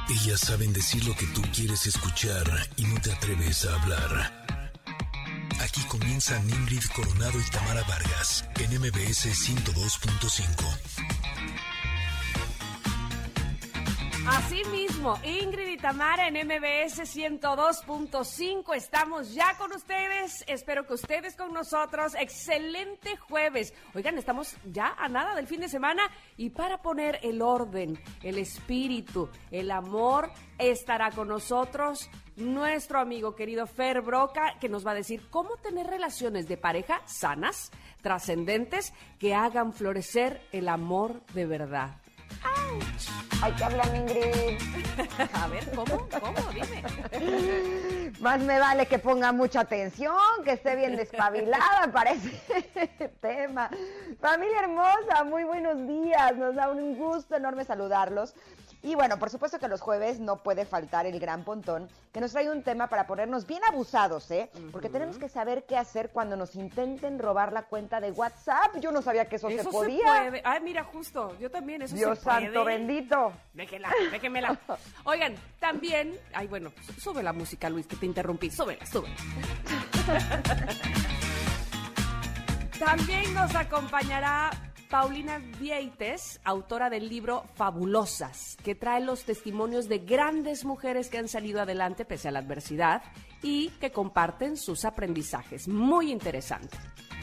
Ellas saben decir lo que tú quieres escuchar y no te atreves a hablar. Aquí comienzan Ingrid Coronado y Tamara Vargas en MBS 102.5. Así mismo, Ingrid y Tamara en MBS 102.5. Estamos ya con ustedes. Espero que ustedes con nosotros. Excelente jueves. Oigan, estamos ya a nada del fin de semana y para poner el orden, el espíritu, el amor, estará con nosotros nuestro amigo querido Fer Broca, que nos va a decir cómo tener relaciones de pareja sanas, trascendentes, que hagan florecer el amor de verdad. ¡Auch! Ay, ¿qué hablan, Ingrid? A ver, ¿cómo? Dime. Más me vale que ponga mucha atención, que esté bien despabilada para ese tema. Familia hermosa, muy buenos días. Nos da un gusto enorme saludarlos. Y bueno, por supuesto que los jueves no puede faltar el gran Pontón, que nos trae un tema para ponernos bien abusados, ¿eh? Porque tenemos que saber qué hacer cuando nos intenten robar la cuenta de WhatsApp. Yo no sabía que eso se podía. Se puede. Ay, mira, justo, yo también, eso Dios se puede. Dios santo bendito. Déjenmela. Oigan, también, ay, bueno, sube la música, Luis, que te interrumpí. Súbela. También nos acompañará Paulina Vieites, autora del libro Fabulosas, que trae los testimonios de grandes mujeres que han salido adelante pese a la adversidad y que comparten sus aprendizajes. Muy interesante.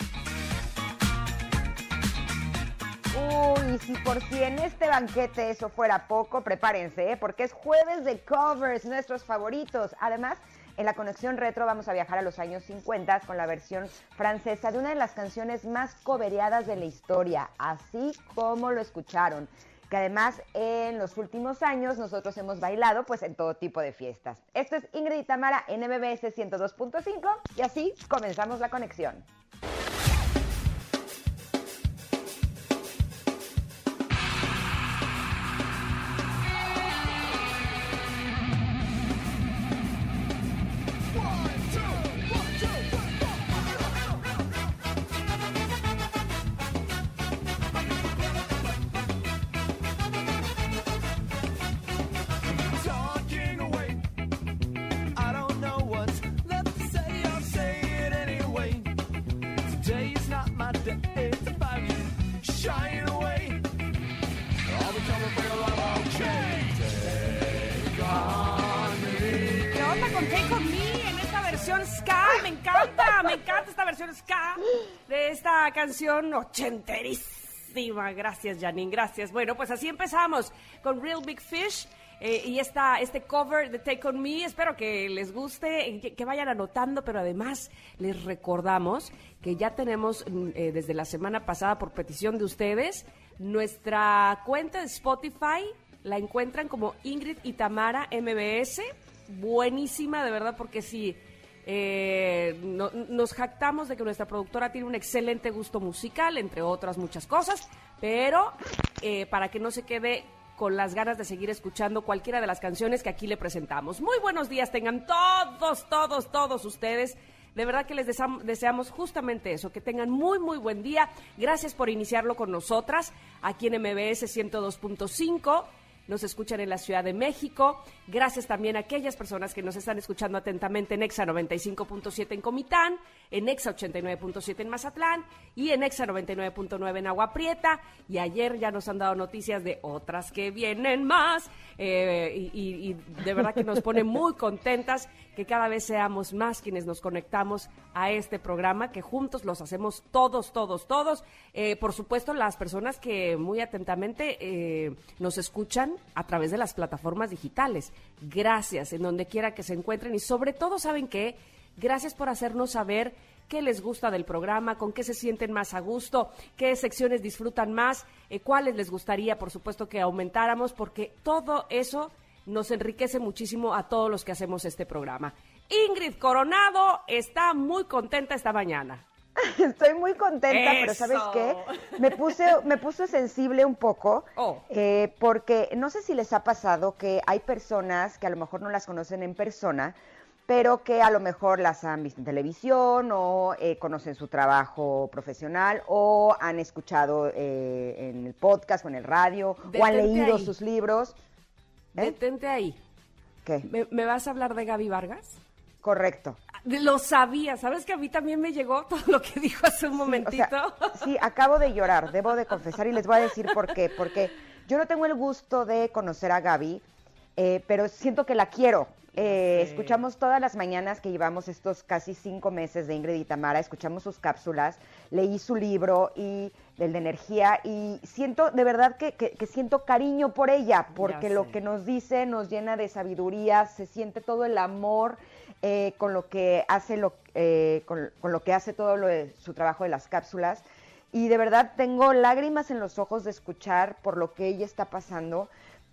Uy, si por si en este banquete eso fuera poco, prepárense, ¿eh? Porque es jueves de covers, nuestros favoritos. Además, en la conexión retro vamos a viajar a los años 50 con la versión francesa de una de las canciones más covereadas de la historia, así como lo escucharon, que además en los últimos años nosotros hemos bailado pues en todo tipo de fiestas. Esto es Ingrid y Tamara en MBS 102.5 y así comenzamos la conexión. Me encanta esta versión ska de esta canción ochenterísima. Gracias, Janine, gracias. Bueno, pues así empezamos con Real Big Fish y este cover de Take On Me. Espero que les guste, que vayan anotando, pero además les recordamos que ya tenemos desde la semana pasada, por petición de ustedes, nuestra cuenta de Spotify. La encuentran como Ingrid y Tamara MBS. Buenísima, de verdad, porque sí. Nos jactamos de que nuestra productora tiene un excelente gusto musical, entre otras muchas cosas, pero para que no se quede con las ganas de seguir escuchando cualquiera de las canciones que aquí le presentamos. Muy buenos días tengan todos ustedes. De verdad que les deseamos justamente eso, que tengan muy buen día. Gracias por iniciarlo con nosotras aquí en MBS 102.5. Nos escuchan en la Ciudad de México. Gracias también a aquellas personas que nos están escuchando atentamente en Exa 95.7 en Comitán, en Exa 89.7 en Mazatlán y en Exa 99.9 en Agua Prieta. Y ayer ya nos han dado noticias de otras que vienen más. Y de verdad que nos pone muy contentas que cada vez seamos más quienes nos conectamos a este programa, que juntos los hacemos todos. Por supuesto, las personas que muy atentamente nos escuchan a través de las plataformas digitales. Gracias, en donde quiera que se encuentren. Y sobre todo, ¿saben qué? Gracias por hacernos saber qué les gusta del programa, con qué se sienten más a gusto, qué secciones disfrutan más, cuáles les gustaría, por supuesto, que aumentáramos, porque todo eso nos enriquece muchísimo a todos los que hacemos este programa. Ingrid Coronado está muy contenta esta mañana. Estoy muy contenta, pero ¿sabes qué? Me puse sensible un poco, porque no sé si les ha pasado que hay personas que a lo mejor no las conocen en persona, pero que a lo mejor las han visto en televisión o conocen su trabajo profesional o han escuchado en el podcast o en el radio o han leído sus libros. Detente ahí. ¿Qué? ¿Me vas a hablar de Gaby Vargas? Correcto. Lo sabía, ¿sabes que a mí también me llegó todo lo que dijo hace un momentito? Sí, acabo de llorar, debo de confesar y les voy a decir por qué. Porque yo no tengo el gusto de conocer a Gaby, pero siento que la quiero. Escuchamos todas las mañanas que llevamos estos casi 5 meses de Ingrid y Tamara, escuchamos sus cápsulas, leí su libro y del de energía y siento, de verdad que siento cariño por ella, porque lo que nos dice nos llena de sabiduría, se siente todo el amor con lo que hace con lo que hace todo lo de su trabajo de las cápsulas. Y de verdad tengo lágrimas en los ojos de escuchar por lo que ella está pasando.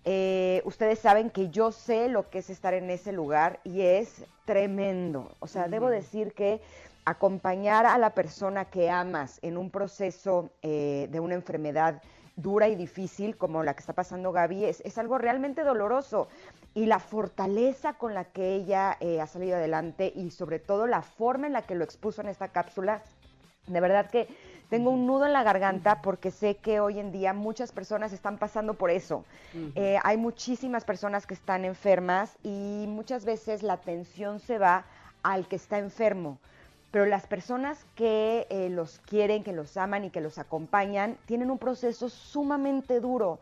Ustedes saben que yo sé lo que es estar en ese lugar y es tremendo. O sea, debo decir que acompañar a la persona que amas en un proceso de una enfermedad dura y difícil como la que está pasando Gaby es algo realmente doloroso. Y la fortaleza con la que ella ha salido adelante y sobre todo la forma en la que lo expuso en esta cápsula, de verdad que tengo un nudo en la garganta porque sé que hoy en día muchas personas están pasando por eso. Hay muchísimas personas que están enfermas y muchas veces la atención se va al que está enfermo. Pero las personas que los quieren, que los aman y que los acompañan, tienen un proceso sumamente duro.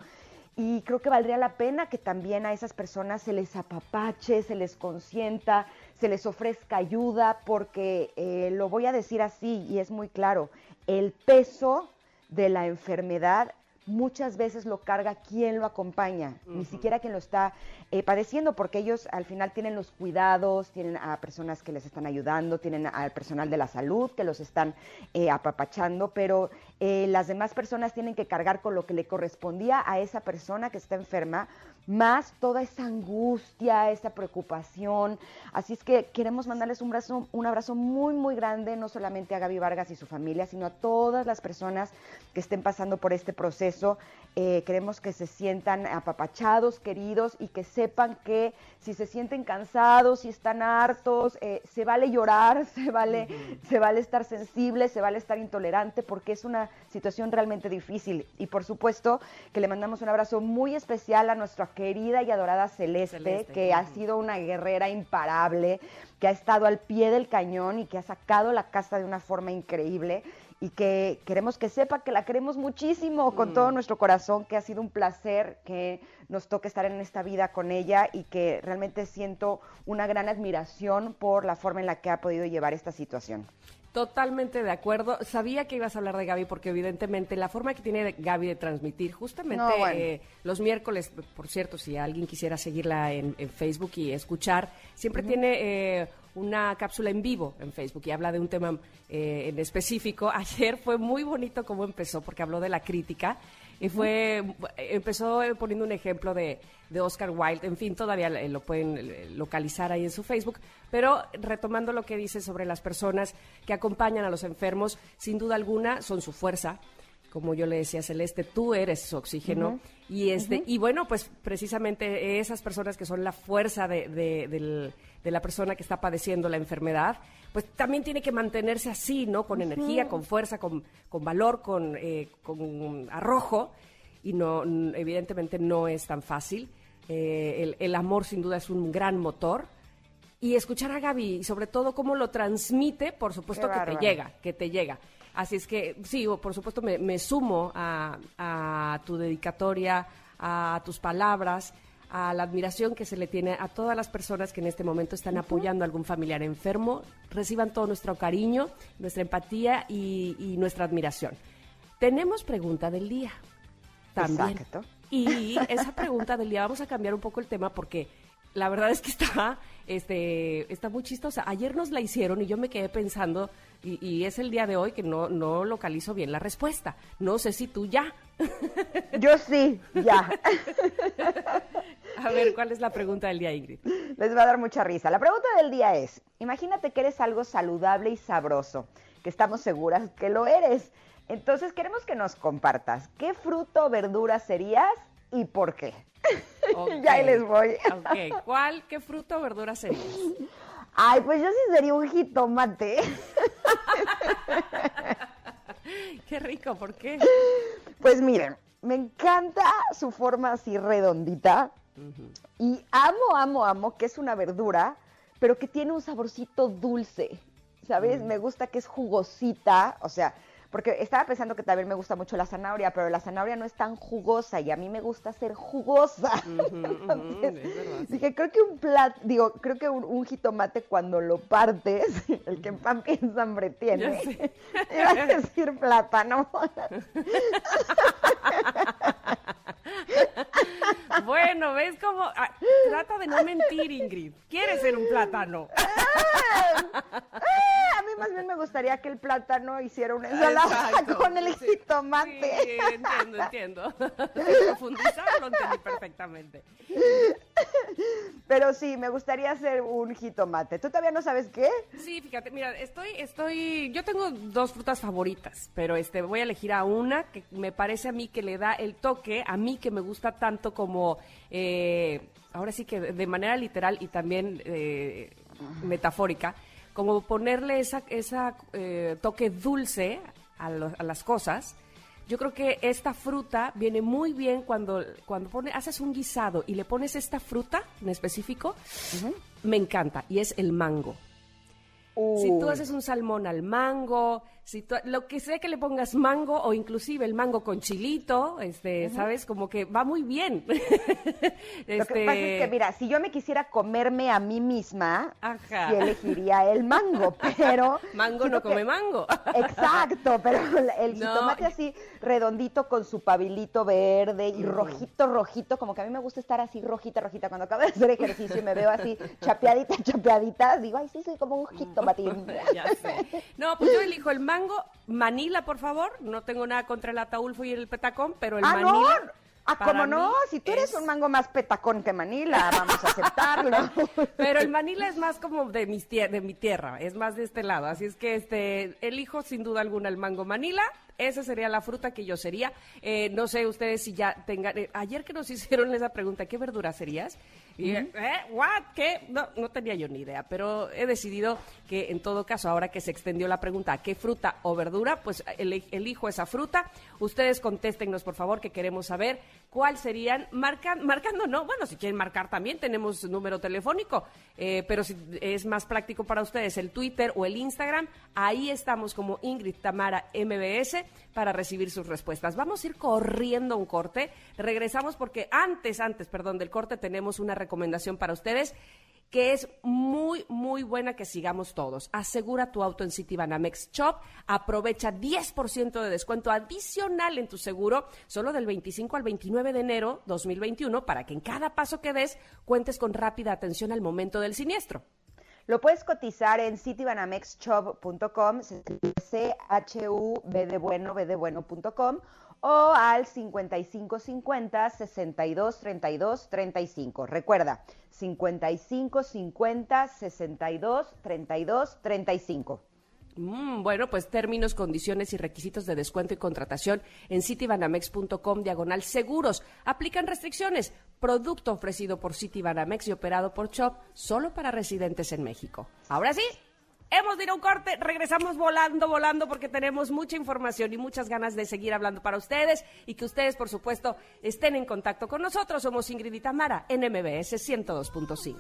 Y creo que valdría la pena que también a esas personas se les apapache, se les consienta, se les ofrezca ayuda, porque lo voy a decir así y es muy claro, el peso de la enfermedad muchas veces lo carga quien lo acompaña, ni siquiera quien lo está padeciendo, porque ellos al final tienen los cuidados, tienen a personas que les están ayudando, tienen al personal de la salud que los están apapachando, pero las demás personas tienen que cargar con lo que le correspondía a esa persona que está enferma, más toda esa angustia, esa preocupación. Así es que queremos mandarles un abrazo muy, muy grande, no solamente a Gaby Vargas y su familia, sino a todas las personas que estén pasando por este proceso. Queremos que se sientan apapachados, queridos, y que sepan que si se sienten cansados, si están hartos, se vale llorar, se vale estar sensible, se vale estar intolerante, porque es una situación realmente difícil. Y por supuesto que le mandamos un abrazo muy especial a nuestra querida y adorada Celeste, que ha sido una guerrera imparable, que ha estado al pie del cañón y que ha sacado la casa de una forma increíble, y que queremos que sepa que la queremos muchísimo con todo nuestro corazón, que ha sido un placer que nos toque estar en esta vida con ella y que realmente siento una gran admiración por la forma en la que ha podido llevar esta situación. Totalmente de acuerdo. Sabía que ibas a hablar de Gaby porque evidentemente la forma que tiene Gaby de transmitir, justamente los miércoles, por cierto, si alguien quisiera seguirla en Facebook y escuchar, siempre tiene una cápsula en vivo en Facebook y habla de un tema en específico. Ayer fue muy bonito cómo empezó porque habló de la crítica y empezó poniendo un ejemplo de Oscar Wilde. En fin, todavía lo pueden localizar ahí en su Facebook, pero retomando lo que dice sobre las personas que acompañan a los enfermos, sin duda alguna son su fuerza. Como yo le decía a Celeste, tú eres su oxígeno. Y bueno, pues precisamente esas personas que son la fuerza de la persona que está padeciendo la enfermedad, pues también tiene que mantenerse así, ¿no? Con energía, con fuerza, con valor, con arrojo. Y no, evidentemente no es tan fácil. El amor sin duda es un gran motor. Y escuchar a Gaby, y sobre todo cómo lo transmite, por supuesto que te llega. Así es que, sí, por supuesto me sumo a tu dedicatoria, a tus palabras, a la admiración que se le tiene a todas las personas que en este momento están apoyando a algún familiar enfermo. Reciban todo nuestro cariño, nuestra empatía y nuestra admiración. Tenemos pregunta del día también. Exacto. Y esa pregunta del día, vamos a cambiar un poco el tema porque la verdad es que está muy chistosa. Ayer nos la hicieron y yo me quedé pensando, y es el día de hoy que no localizo bien la respuesta. No sé si tú ya. Yo sí, ya. A ver, ¿cuál es la pregunta del día, Ingrid? Les va a dar mucha risa. La pregunta del día es, imagínate que eres algo saludable y sabroso, que estamos seguras que lo eres. Entonces queremos que nos compartas, ¿qué fruta o verdura serías y por qué? Okay. Ya ahí les voy. Ok, ¿qué fruta o verdura serías? Ay, pues yo sí sería un jitomate. Qué rico, ¿por qué? Pues miren, me encanta su forma así redondita, Y amo que es una verdura, pero que tiene un saborcito dulce, ¿sabes? Me gusta que es jugosita, o sea, porque estaba pensando que también me gusta mucho la zanahoria, pero la zanahoria no es tan jugosa y a mí me gusta ser jugosa. Entonces, dije, creo que un jitomate cuando lo partes, el que pan piensa hambre tiene, iba a decir plátano. Bueno, ¿ves cómo? Trata de no mentir, Ingrid. ¿Quieres ser un plátano? A mí más bien me gustaría que el plátano hiciera una ensalada con el jitomate. Sí, entiendo. Profundizar lo entendí perfectamente. Pero sí, me gustaría hacer un jitomate. ¿Tú todavía no sabes qué? Sí, fíjate, mira, yo tengo 2 frutas favoritas, pero voy a elegir a una que me parece a mí que le da el toque, a mí que me gusta tanto como, ahora sí que de manera literal y también metafórica, como ponerle esa toque dulce a las cosas. Yo creo que esta fruta viene muy bien cuando haces un guisado y le pones esta fruta en específico. Me encanta, y es el mango. Si tú haces un salmón al mango, lo que sea que le pongas mango, o inclusive el mango con chilito, ¿sabes? Como que va muy bien. Lo que pasa es que, mira, si yo me quisiera comerme a mí misma, sí elegiría el mango, pero... Mango no come mango. Exacto, pero el jitomate así redondito con su pabilito verde y rojito, como que a mí me gusta estar así rojita. Cuando acabo de hacer ejercicio y me veo así chapeadita, digo, ay, sí, soy como un jitomatín. Ya sé. No, pues yo elijo el mango, Manila, por favor. No tengo nada contra el ataulfo y el petacón, pero el Manila... ¿No? ¿Cómo no? Si tú eres un mango más petacón que Manila, vamos a aceptarlo. Pero el Manila es más como de mi tierra, es más de este lado. Así es que elijo sin duda alguna el mango Manila. Esa sería la fruta que yo sería. No sé ustedes si ya tengan... ayer que nos hicieron esa pregunta, ¿qué verdura serías? Y, ¿what? ¿Qué? No tenía yo ni idea, pero he decidido que en todo caso, ahora que se extendió la pregunta, ¿qué fruta o verdura? Pues elijo esa fruta. Ustedes contéstennos, por favor, que queremos saber cuál serían. Marcando, no, bueno, si quieren marcar también tenemos número telefónico, pero si es más práctico para ustedes el Twitter o el Instagram, ahí estamos como Ingrid Tamara MBS para recibir sus respuestas. Vamos a ir corriendo un corte, regresamos porque antes del corte tenemos una recomendación para ustedes que es muy, muy buena que sigamos todos. Asegura tu auto en Citibanamex Shop, aprovecha 10% de descuento adicional en tu seguro, solo del 25 al 29 de enero 2021, para que en cada paso que des cuentes con rápida atención al momento del siniestro. Lo puedes cotizar en citibanamexshop.com, chubdbueno.com, o al 5550-6232-35. Recuerda, 5550-6232-35. Bueno, pues términos, condiciones y requisitos de descuento y contratación en citibanamex.com/seguros. Aplican restricciones. Producto ofrecido por Citibanamex y operado por Shop, solo para residentes en México. Ahora sí, hemos de ir a un corte, regresamos volando, porque tenemos mucha información y muchas ganas de seguir hablando para ustedes y que ustedes, por supuesto, estén en contacto con nosotros. Somos Ingrid y Tamara en MBS 102.5.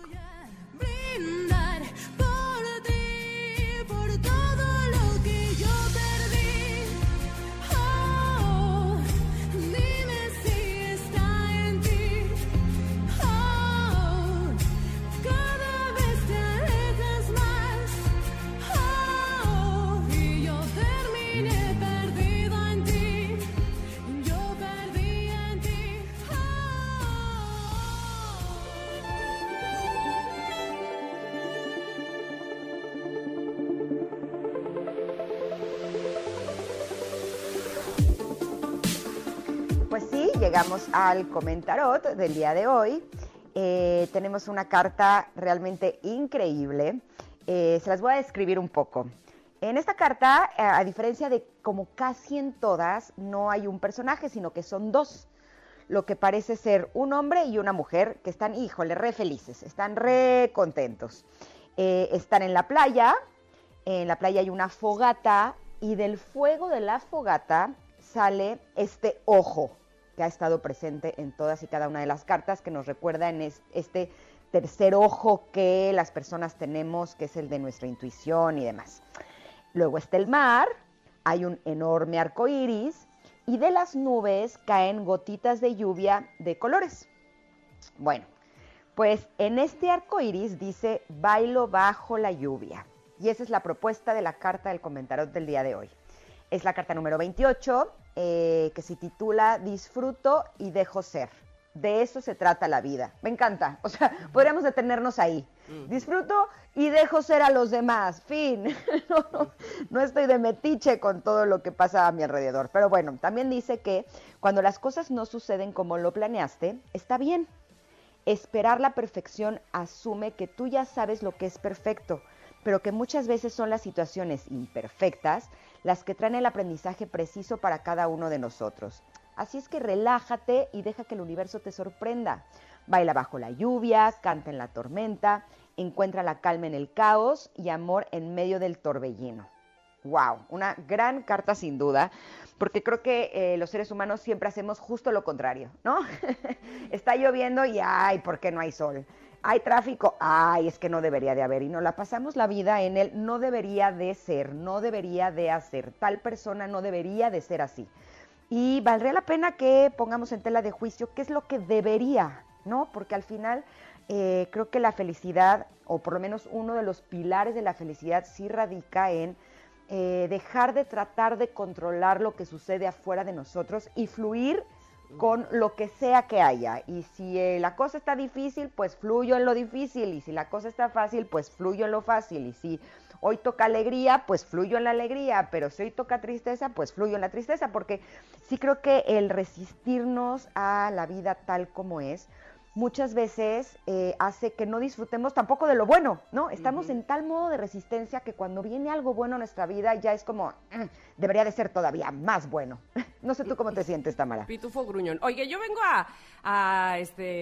Pues sí, llegamos al comentarot del día de hoy. Tenemos una carta realmente increíble. Se las voy a describir un poco. En esta carta, a diferencia de como casi en todas, no hay un personaje, sino que son dos. Lo que parece ser un hombre y una mujer que están, re felices, están re contentos. Están en la playa hay una fogata y del fuego de la fogata sale este ojo, que ha estado presente en todas y cada una de las cartas, que nos recuerda en este tercer ojo que las personas tenemos, que es el de nuestra intuición y demás. Luego está el mar, hay un enorme arco iris, y de las nubes caen gotitas de lluvia de colores. Bueno, pues en este arco iris dice, bailo bajo la lluvia. Y esa es la propuesta de la carta del comentarot del día de hoy. Es la carta número 28, que se titula Disfruto y dejo ser. De eso se trata la vida. Me encanta. O sea, podríamos detenernos ahí. Disfruto y dejo ser a los demás. Fin. No estoy de metiche con todo lo que pasa a mi alrededor. Pero bueno, también dice que cuando las cosas no suceden como lo planeaste, está bien. Esperar la perfección asume que tú ya sabes lo que es perfecto, pero que muchas veces son las situaciones imperfectas las que traen el aprendizaje preciso para cada uno de nosotros. Así es que relájate y deja que el universo te sorprenda. Baila bajo la lluvia, canta en la tormenta, encuentra la calma en el caos y amor en medio del torbellino. ¡Wow! Una gran carta sin duda, porque creo que los seres humanos siempre hacemos justo lo contrario, ¿no? Está lloviendo y ¡ay! ¿Por qué no hay sol? Hay tráfico, ¡ay! Es que no debería de haber. Y nos la pasamos la vida en el no debería de ser, no debería de hacer. Tal persona no debería de ser así. Y valdría la pena que pongamos en tela de juicio qué es lo que debería, ¿no? Porque al final creo que la felicidad, o por lo menos uno de los pilares de la felicidad, sí radica en dejar de tratar de controlar lo que sucede afuera de nosotros y fluir con lo que sea que haya. Y si la cosa está difícil, pues fluyo en lo difícil. Y si la cosa está fácil, pues fluyo en lo fácil. Y si hoy toca alegría, pues fluyo en la alegría. Pero si hoy toca tristeza, pues fluyo en la tristeza. Porque sí creo que el resistirnos a la vida tal como es, muchas veces hace que no disfrutemos tampoco de lo bueno, ¿no? Estamos en tal modo de resistencia que cuando viene algo bueno a nuestra vida ya es como, debería de ser todavía más bueno. No sé tú cómo te sientes, Tamara. Pitufo gruñón. Oye, yo vengo a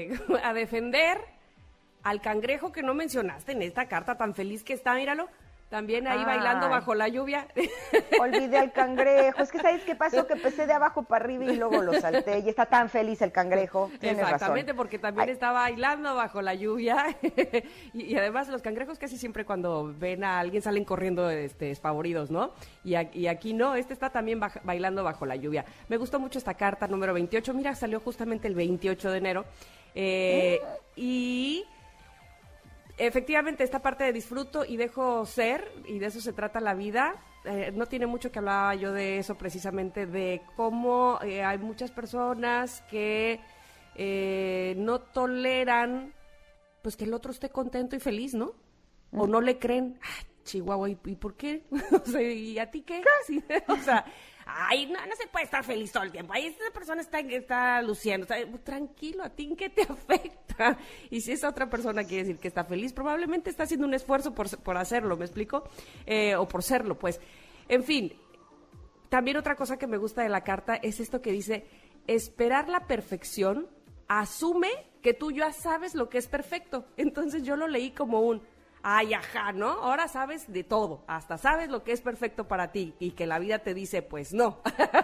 defender al cangrejo que no mencionaste en esta carta tan feliz que está, míralo. También ahí bailando bajo la lluvia. Olvidé al cangrejo. Es que ¿sabes qué pasó? Que empecé de abajo para arriba y luego lo salté. Y está tan feliz el cangrejo. Tienes Exactamente, razón. Porque también está bailando bajo la lluvia. y además los cangrejos casi siempre cuando ven a alguien salen corriendo espavoridos, ¿no? Y aquí no, está también bailando bajo la lluvia. Me gustó mucho esta carta número 28. Mira, salió justamente el 28 de enero. Y efectivamente, esta parte de disfruto y dejo ser, y de eso se trata la vida. No tiene mucho que hablaba yo de eso precisamente, de cómo hay muchas personas que no toleran pues que el otro esté contento y feliz, ¿no? O no le creen. Chihuahua, ¿y por qué? O sea, ¿y a ti qué? Sí, o sea, no se puede estar feliz todo el tiempo. Ahí esta persona está luciendo. Tranquilo, ¿a ti en qué te afecta? Y si esa otra persona quiere decir que está feliz, probablemente está haciendo un esfuerzo por hacerlo, ¿me explico? O por serlo, pues. En fin, también otra cosa que me gusta de la carta es esto que dice, esperar la perfección asume que tú ya sabes lo que es perfecto. Entonces yo lo leí como ajá, ¿no? Ahora sabes de todo, hasta sabes lo que es perfecto para ti y que la vida te dice, pues no,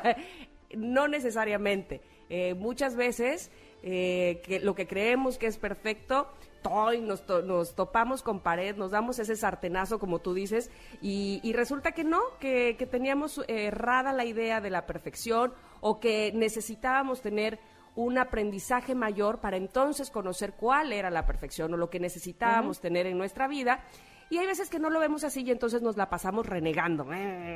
no necesariamente. Muchas veces que lo que creemos que es perfecto, nos topamos con pared, nos damos ese sartenazo, como tú dices, y resulta que no, que teníamos errada la idea de la perfección o que necesitábamos tener un aprendizaje mayor para entonces conocer cuál era la perfección o lo que necesitábamos tener en nuestra vida. Y hay veces que no lo vemos así y entonces nos la pasamos renegando.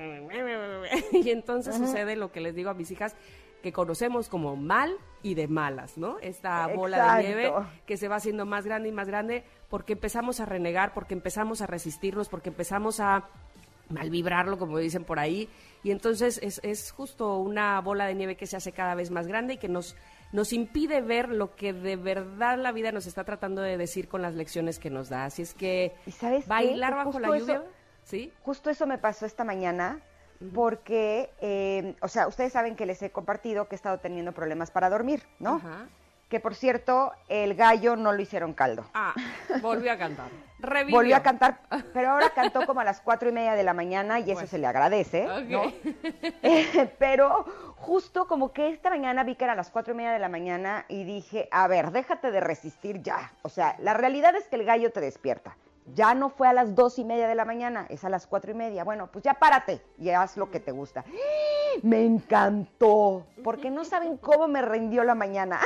Y entonces sucede lo que les digo a mis hijas, que conocemos como mal y de malas, ¿no? Esta bola de nieve que se va haciendo más grande y más grande porque empezamos a renegar, porque empezamos a resistirnos, porque empezamos a mal vibrarlo, como dicen por ahí. Y entonces es justo una bola de nieve que se hace cada vez más grande y que nos impide ver lo que de verdad la vida nos está tratando de decir con las lecciones que nos da. Así es que bailar bajo la lluvia, ¿sí? Justo eso me pasó esta mañana, porque, ustedes saben que les he compartido que he estado teniendo problemas para dormir, ¿no? Ajá. Que, por cierto, el gallo no lo hicieron caldo. Volvió a cantar. Revivió. Volvió a cantar, pero ahora cantó como a las 4:30 de la mañana y eso se le agradece, ¿no? Pero justo como que esta mañana vi que era las 4:30 de la mañana y dije, a ver, déjate de resistir ya. O sea, la realidad es que el gallo te despierta. Ya no fue a las 2:30 de la mañana, es a las 4:30. Bueno, pues ya párate y haz lo que te gusta. Me encantó, porque no saben cómo me rindió la mañana.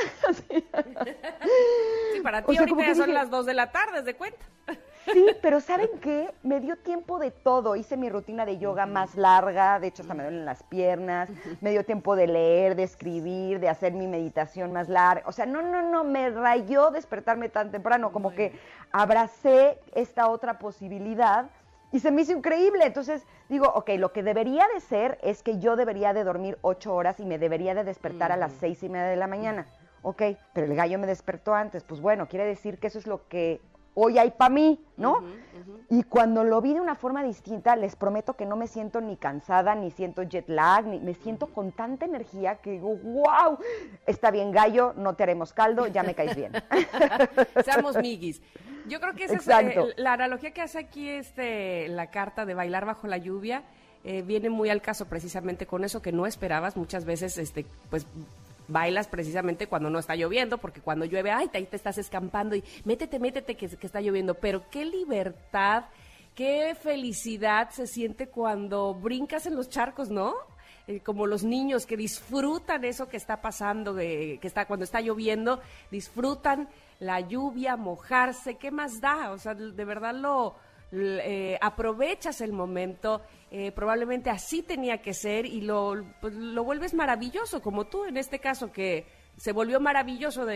Sí, para ti ahorita ya son las 2 de la tarde, ¿de cuenta? Sí, pero ¿saben qué? Me dio tiempo de todo. Hice mi rutina de yoga más larga, de hecho hasta me duelen las piernas. Me dio tiempo de leer, de escribir, de hacer mi meditación más larga. O sea, no, me rayó despertarme tan temprano, como que abracé esta otra posibilidad y se me hizo increíble. Entonces digo, ok, lo que debería de ser es que yo debería de dormir 8 horas y me debería de despertar a las 6:30 de la mañana. Ok, pero el gallo me despertó antes. Pues bueno, quiere decir que eso es lo que hoy hay para mí, ¿no? Y cuando lo vi de una forma distinta, les prometo que no me siento ni cansada, ni siento jet lag, ni me siento con tanta energía que digo, wow, está bien gallo, no te haremos caldo, ya me caes bien. Seamos miguis. Yo creo que esa es la analogía que hace aquí la carta de bailar bajo la lluvia, viene muy al caso precisamente con eso que no esperabas. Muchas veces, pues bailas precisamente cuando no está lloviendo, porque cuando llueve, ay, ahí te estás escampando y métete que está lloviendo. Pero qué libertad, qué felicidad se siente cuando brincas en los charcos, ¿no? Como los niños que disfrutan eso que está pasando, cuando está lloviendo, disfrutan la lluvia, mojarse, ¿qué más da? O sea, de verdad aprovechas el momento, probablemente así tenía que ser y lo vuelves maravilloso, como tú en este caso, que se volvió maravilloso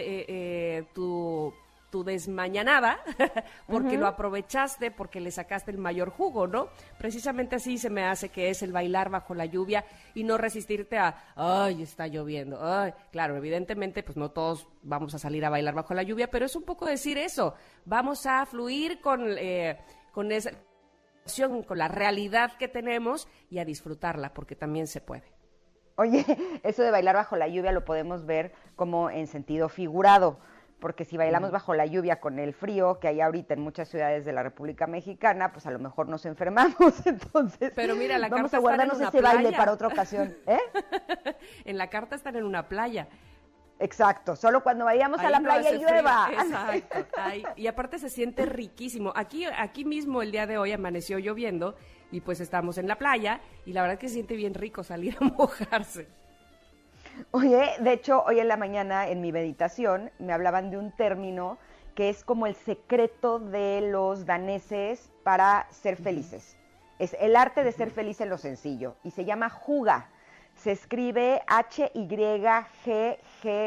tu desmañanada, porque lo aprovechaste, porque le sacaste el mayor jugo, ¿no? Precisamente así se me hace que es el bailar bajo la lluvia y no resistirte ay, está lloviendo, ay. Claro, evidentemente, pues no todos vamos a salir a bailar bajo la lluvia, pero es un poco decir eso, vamos a fluir con esa con la realidad que tenemos y a disfrutarla, porque también se puede. Oye, eso de bailar bajo la lluvia lo podemos ver como en sentido figurado, porque si bailamos bajo la lluvia con el frío que hay ahorita en muchas ciudades de la República Mexicana, pues a lo mejor nos enfermamos, entonces pero mira, la vamos carta a guardarnos ese baile para otra ocasión. En la carta están en una playa. Exacto, solo cuando vayamos a la playa y llueva. Exacto, y aparte se siente riquísimo. Aquí mismo el día de hoy amaneció lloviendo y pues estamos en la playa y la verdad que se siente bien rico salir a mojarse. Oye, de hecho, hoy en la mañana en mi meditación me hablaban de un término que es como el secreto de los daneses para ser felices. Es el arte de ser feliz en lo sencillo y se llama hygge. Se escribe H-Y-G-G,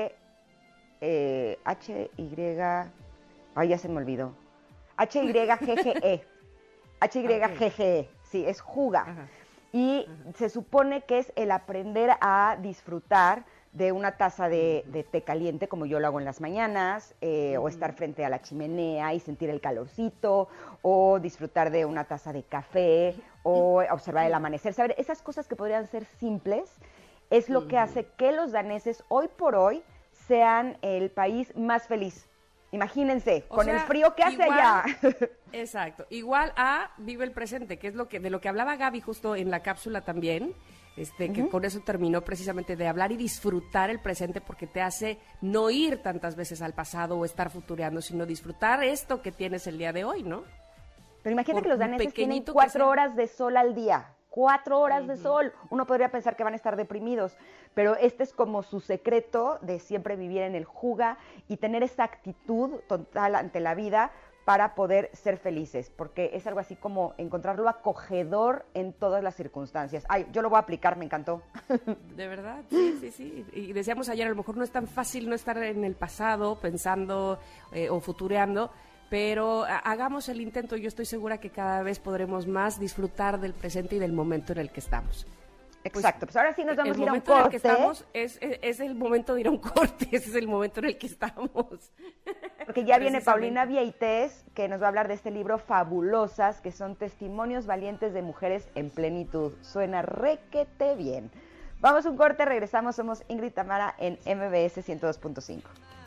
ay, ya se me olvidó. H-Y-G-G-E. H-Y-G-G-E, sí, es hygge. Y se supone que es el aprender a disfrutar de una taza de té caliente, como yo lo hago en las mañanas, o estar frente a la chimenea y sentir el calorcito, o disfrutar de una taza de café, o observar el amanecer. ¿Saber? Esas cosas que podrían ser simples es lo que hace que los daneses hoy por hoy sean el país más feliz. Imagínense, con el frío que hace allá. Exacto, igual a vive el presente, que es de lo que hablaba Gaby justo en la cápsula también, que con eso terminó precisamente de hablar y disfrutar el presente, porque te hace no ir tantas veces al pasado o estar futureando, sino disfrutar esto que tienes el día de hoy, ¿no? Pero imagínate que los daneses tienen 4 horas de sol al día. 4 horas de sol. Uno podría pensar que van a estar deprimidos, pero este es como su secreto de siempre vivir en el hygge y tener esa actitud total ante la vida para poder ser felices, porque es algo así como encontrar lo acogedor en todas las circunstancias. Ay, yo lo voy a aplicar, me encantó. De verdad, sí. Y decíamos ayer, a lo mejor no es tan fácil no estar en el pasado pensando o futureando, pero hagamos el intento. Yo estoy segura que cada vez podremos más disfrutar del presente y del momento en el que estamos. Exacto, pues ahora sí nos vamos a ir a un corte. El momento en el que estamos es el momento de ir a un corte, ese es el momento en el que estamos. Porque ya viene Paulina Vieites, que nos va a hablar de este libro Fabulosas, que son testimonios valientes de mujeres en plenitud. Suena requete bien. Vamos a un corte, regresamos, somos Ingrid y Tamara en MBS 102.5.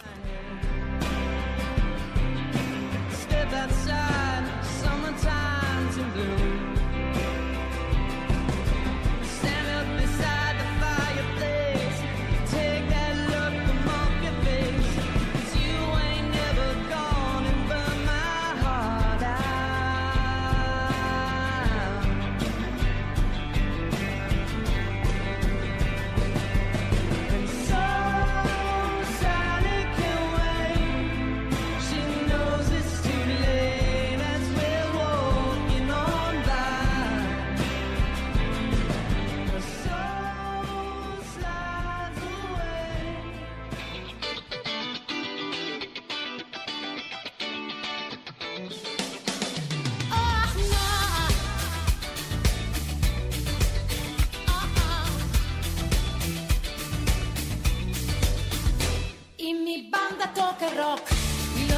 Outside, summertime's in bloom. Stand up beside the fireplace.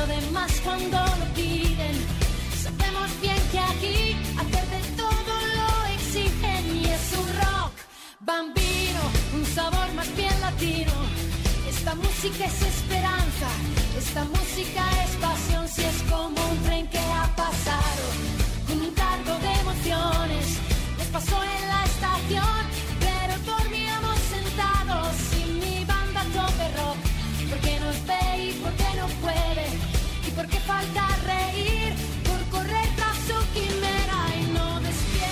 de más cuando lo piden. Sabemos bien que aquí hacer de todo lo exigen y es un rock bambino, un sabor más bien latino. Esta música es esperanza, esta música es pasión, si es como un tren que ha pasado con un cargo de emociones. Nos pasó en la estación, pero dormíamos sentados y mi banda toque rock, porque nos ve y porque no puede, y porque falta reír por correr tras su quimera y no despierte.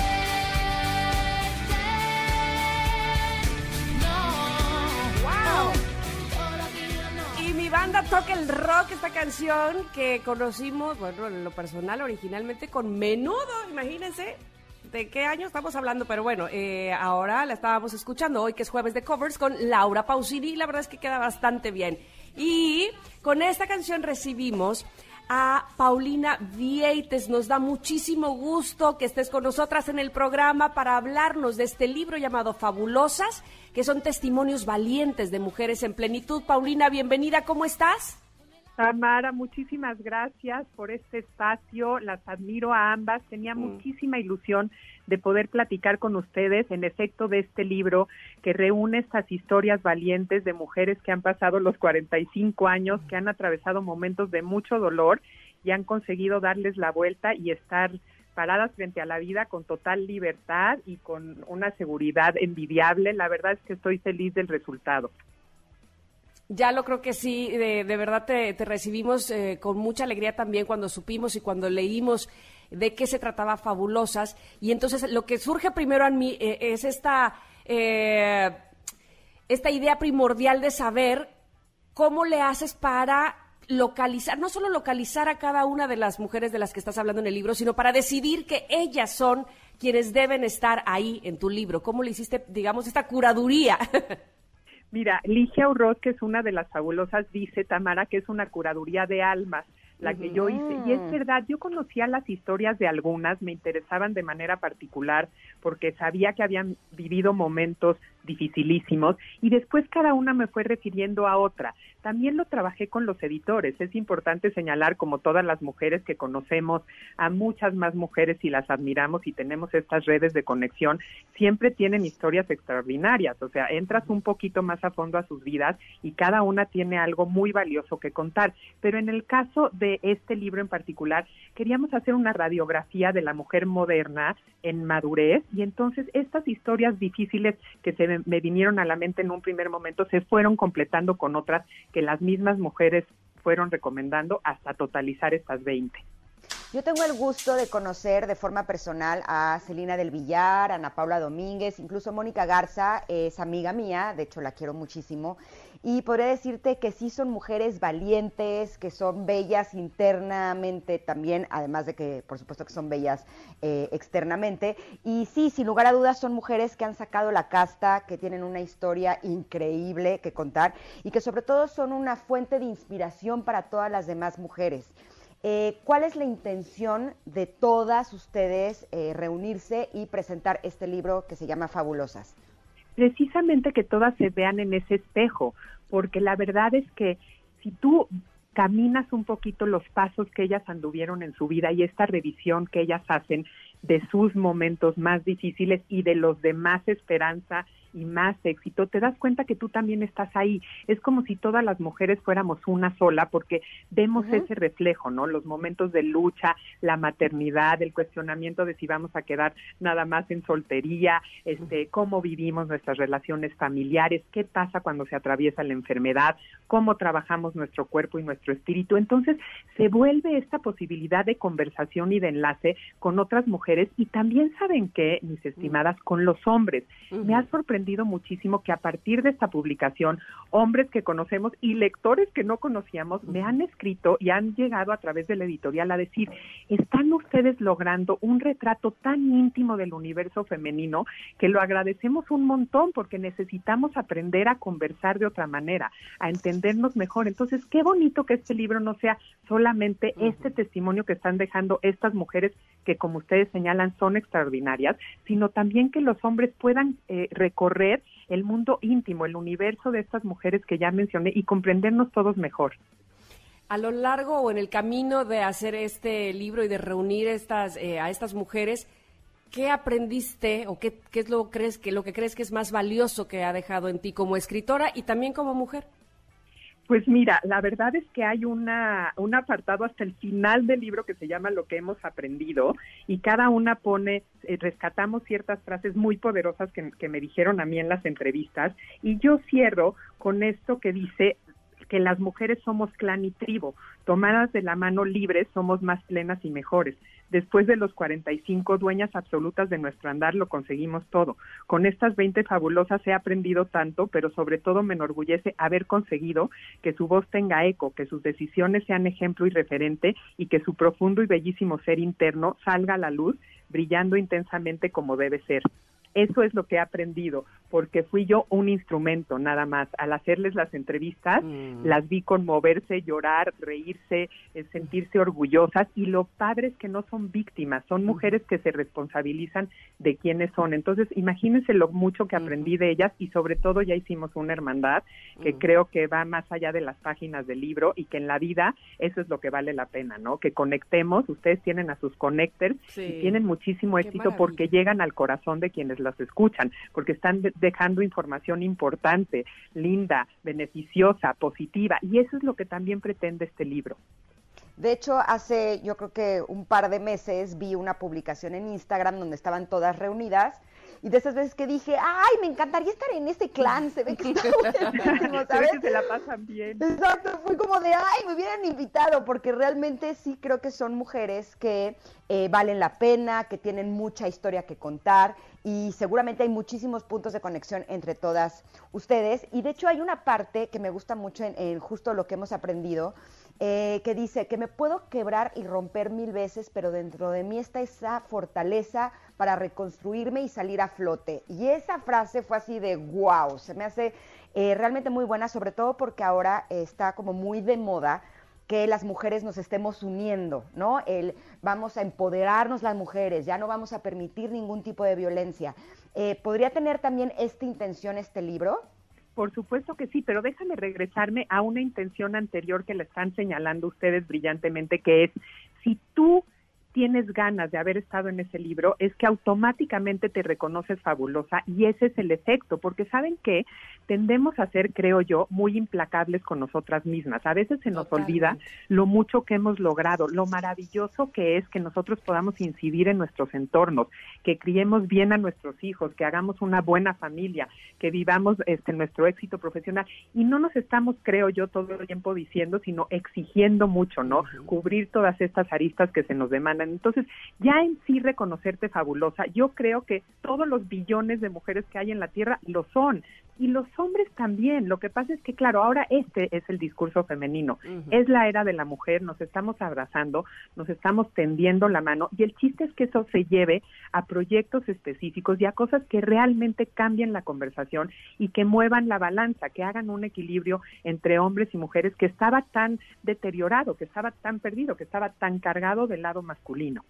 No, ¡Wow! todavía no. Y mi banda toca el rock, esta canción que conocimos, bueno, en lo personal originalmente con Menudo, imagínense. ¿De qué año estamos hablando? Pero bueno, ahora la estábamos escuchando hoy, que es jueves de covers, con Laura Pausini, y la verdad es que queda bastante bien. Y con esta canción recibimos a Paulina Vieites. Nos da muchísimo gusto que estés con nosotras en el programa para hablarnos de este libro llamado Fabulosas, que son testimonios valientes de mujeres en plenitud. Paulina, bienvenida, ¿cómo estás? Tamara, muchísimas gracias por este espacio, las admiro a ambas, tenía muchísima ilusión de poder platicar con ustedes, en efecto, de este libro que reúne estas historias valientes de mujeres que han pasado los 45 años, que han atravesado momentos de mucho dolor y han conseguido darles la vuelta y estar paradas frente a la vida con total libertad y con una seguridad envidiable. La verdad es que estoy feliz del resultado. Ya lo creo que sí, de verdad te recibimos con mucha alegría también cuando supimos y cuando leímos de qué se trataba Fabulosas. Y entonces lo que surge primero en mí es esta idea primordial de saber cómo le haces para localizar, no solo localizar a cada una de las mujeres de las que estás hablando en el libro, sino para decidir que ellas son quienes deben estar ahí en tu libro. ¿Cómo le hiciste, digamos, esta curaduría? Mira, Ligia Urroz, que es una de las fabulosas, dice, Tamara, que es una curaduría de almas, la que yo hice. Y es verdad, yo conocía las historias de algunas, me interesaban de manera particular, porque sabía que habían vivido momentos dificilísimos, y después cada una me fue refiriendo a otra. También lo trabajé con los editores. Es importante señalar, como todas las mujeres que conocemos, a muchas más mujeres y las admiramos y tenemos estas redes de conexión, siempre tienen historias extraordinarias. O sea, entras un poquito más a fondo a sus vidas y cada una tiene algo muy valioso que contar. Pero en el caso de este libro en particular, queríamos hacer una radiografía de la mujer moderna en madurez, y entonces estas historias difíciles que me vinieron a la mente en un primer momento se fueron completando con otras que las mismas mujeres fueron recomendando hasta totalizar estas 20. Yo tengo el gusto de conocer de forma personal a Celina del Villar, a Ana Paula Domínguez, incluso Mónica Garza es amiga mía, de hecho la quiero muchísimo, y podría decirte que sí son mujeres valientes, que son bellas internamente también, además de que por supuesto que son bellas externamente, y sí, sin lugar a dudas son mujeres que han sacado la casta, que tienen una historia increíble que contar y que sobre todo son una fuente de inspiración para todas las demás mujeres. ¿Cuál es la intención de todas ustedes reunirse y presentar este libro que se llama Fabulosas? Precisamente que todas se vean en ese espejo, porque la verdad es que si tú caminas un poquito los pasos que ellas anduvieron en su vida y esta revisión que ellas hacen de sus momentos más difíciles y de los de más esperanza y más éxito, te das cuenta que tú también estás ahí. Es como si todas las mujeres fuéramos una sola, porque vemos ese reflejo, ¿no? Los momentos de lucha, la maternidad, el cuestionamiento de si vamos a quedar nada más en soltería, cómo vivimos nuestras relaciones familiares, qué pasa cuando se atraviesa la enfermedad, cómo trabajamos nuestro cuerpo y nuestro espíritu. Entonces, se vuelve esta posibilidad de conversación y de enlace con otras mujeres, y también, ¿saben qué, mis estimadas? Con los hombres. Me ha sorprendido muchísimo que a partir de esta publicación, hombres que conocemos y lectores que no conocíamos me han escrito y han llegado a través de la editorial a decir, están ustedes logrando un retrato tan íntimo del universo femenino que lo agradecemos un montón, porque necesitamos aprender a conversar de otra manera, a entendernos mejor. Entonces, qué bonito que este libro no sea solamente este testimonio que están dejando estas mujeres que, como ustedes señalan, son extraordinarias, sino también que los hombres puedan recorrer el mundo íntimo, el universo de estas mujeres que ya mencioné y comprendernos todos mejor. A lo largo o en el camino de hacer este libro y de reunir a estas mujeres, ¿qué aprendiste o qué es lo que crees que es más valioso que ha dejado en ti como escritora y también como mujer? Pues mira, la verdad es que hay un apartado hasta el final del libro que se llama Lo que hemos aprendido, y cada una rescatamos ciertas frases muy poderosas que me dijeron a mí en las entrevistas, y yo cierro con esto que dice que las mujeres somos clan y tribu, tomadas de la mano libres somos más plenas y mejores. Después de los 45, dueñas absolutas de nuestro andar, lo conseguimos todo. Con estas 20 fabulosas he aprendido tanto, pero sobre todo me enorgullece haber conseguido que su voz tenga eco, que sus decisiones sean ejemplo y referente, y que su profundo y bellísimo ser interno salga a la luz, brillando intensamente como debe ser. Eso es lo que he aprendido, porque fui yo un instrumento nada más. Al hacerles las entrevistas, las vi conmoverse, llorar, reírse, sentirse orgullosas, y lo padre es que no son víctimas, son mujeres que se responsabilizan de quiénes son. Entonces, imagínense lo mucho que aprendí de ellas, y sobre todo ya hicimos una hermandad que creo que va más allá de las páginas del libro, y que en la vida eso es lo que vale la pena, ¿no? Que conectemos. Ustedes tienen a sus connectors y tienen muchísimo éxito porque llegan al corazón de quienes las escuchan, porque están dejando información importante, linda, beneficiosa, positiva, y eso es lo que también pretende este libro. De hecho, hace yo creo que un par de meses vi una publicación en Instagram donde estaban todas reunidas, y de esas veces que dije, ¡ay, me encantaría estar en ese clan! Se ve que está buenísimo, ¿sabes? Que se la pasan bien. Exacto, fue como de, ¡ay, me hubieran invitado! Porque realmente sí creo que son mujeres que valen la pena, que tienen mucha historia que contar, y seguramente hay muchísimos puntos de conexión entre todas ustedes. Y de hecho hay una parte que me gusta mucho en justo lo que hemos aprendido, que dice que me puedo quebrar y romper 1000 veces, pero dentro de mí está esa fortaleza para reconstruirme y salir a flote. Y esa frase fue así de wow, se me hace realmente muy buena, sobre todo porque ahora está como muy de moda que las mujeres nos estemos uniendo, ¿no? Vamos a empoderarnos las mujeres, ya no vamos a permitir ningún tipo de violencia. ¿Podría tener también esta intención este libro? Por supuesto que sí, pero déjame regresarme a una intención anterior que le están señalando ustedes brillantemente, que es, si tú tienes ganas de haber estado en ese libro, es que automáticamente te reconoces fabulosa, y ese es el efecto, porque ¿saben qué? Tendemos a ser, creo yo, muy implacables con nosotras mismas. A veces se nos olvida lo mucho que hemos logrado, lo maravilloso que es que nosotros podamos incidir en nuestros entornos, que criemos bien a nuestros hijos, que hagamos una buena familia, que vivamos nuestro éxito profesional, y no nos estamos, creo yo, todo el tiempo diciendo, sino exigiendo mucho, ¿no? Cubrir todas estas aristas que se nos demandan. Entonces, ya en sí reconocerte fabulosa, yo creo que todos los billones de mujeres que hay en la Tierra lo son, y los hombres también. Lo que pasa es que, claro, ahora este es el discurso femenino, es la era de la mujer, nos estamos abrazando, nos estamos tendiendo la mano, y el chiste es que eso se lleve a proyectos específicos y a cosas que realmente cambien la conversación y que muevan la balanza, que hagan un equilibrio entre hombres y mujeres que estaba tan deteriorado, que estaba tan perdido, que estaba tan cargado del lado masculino.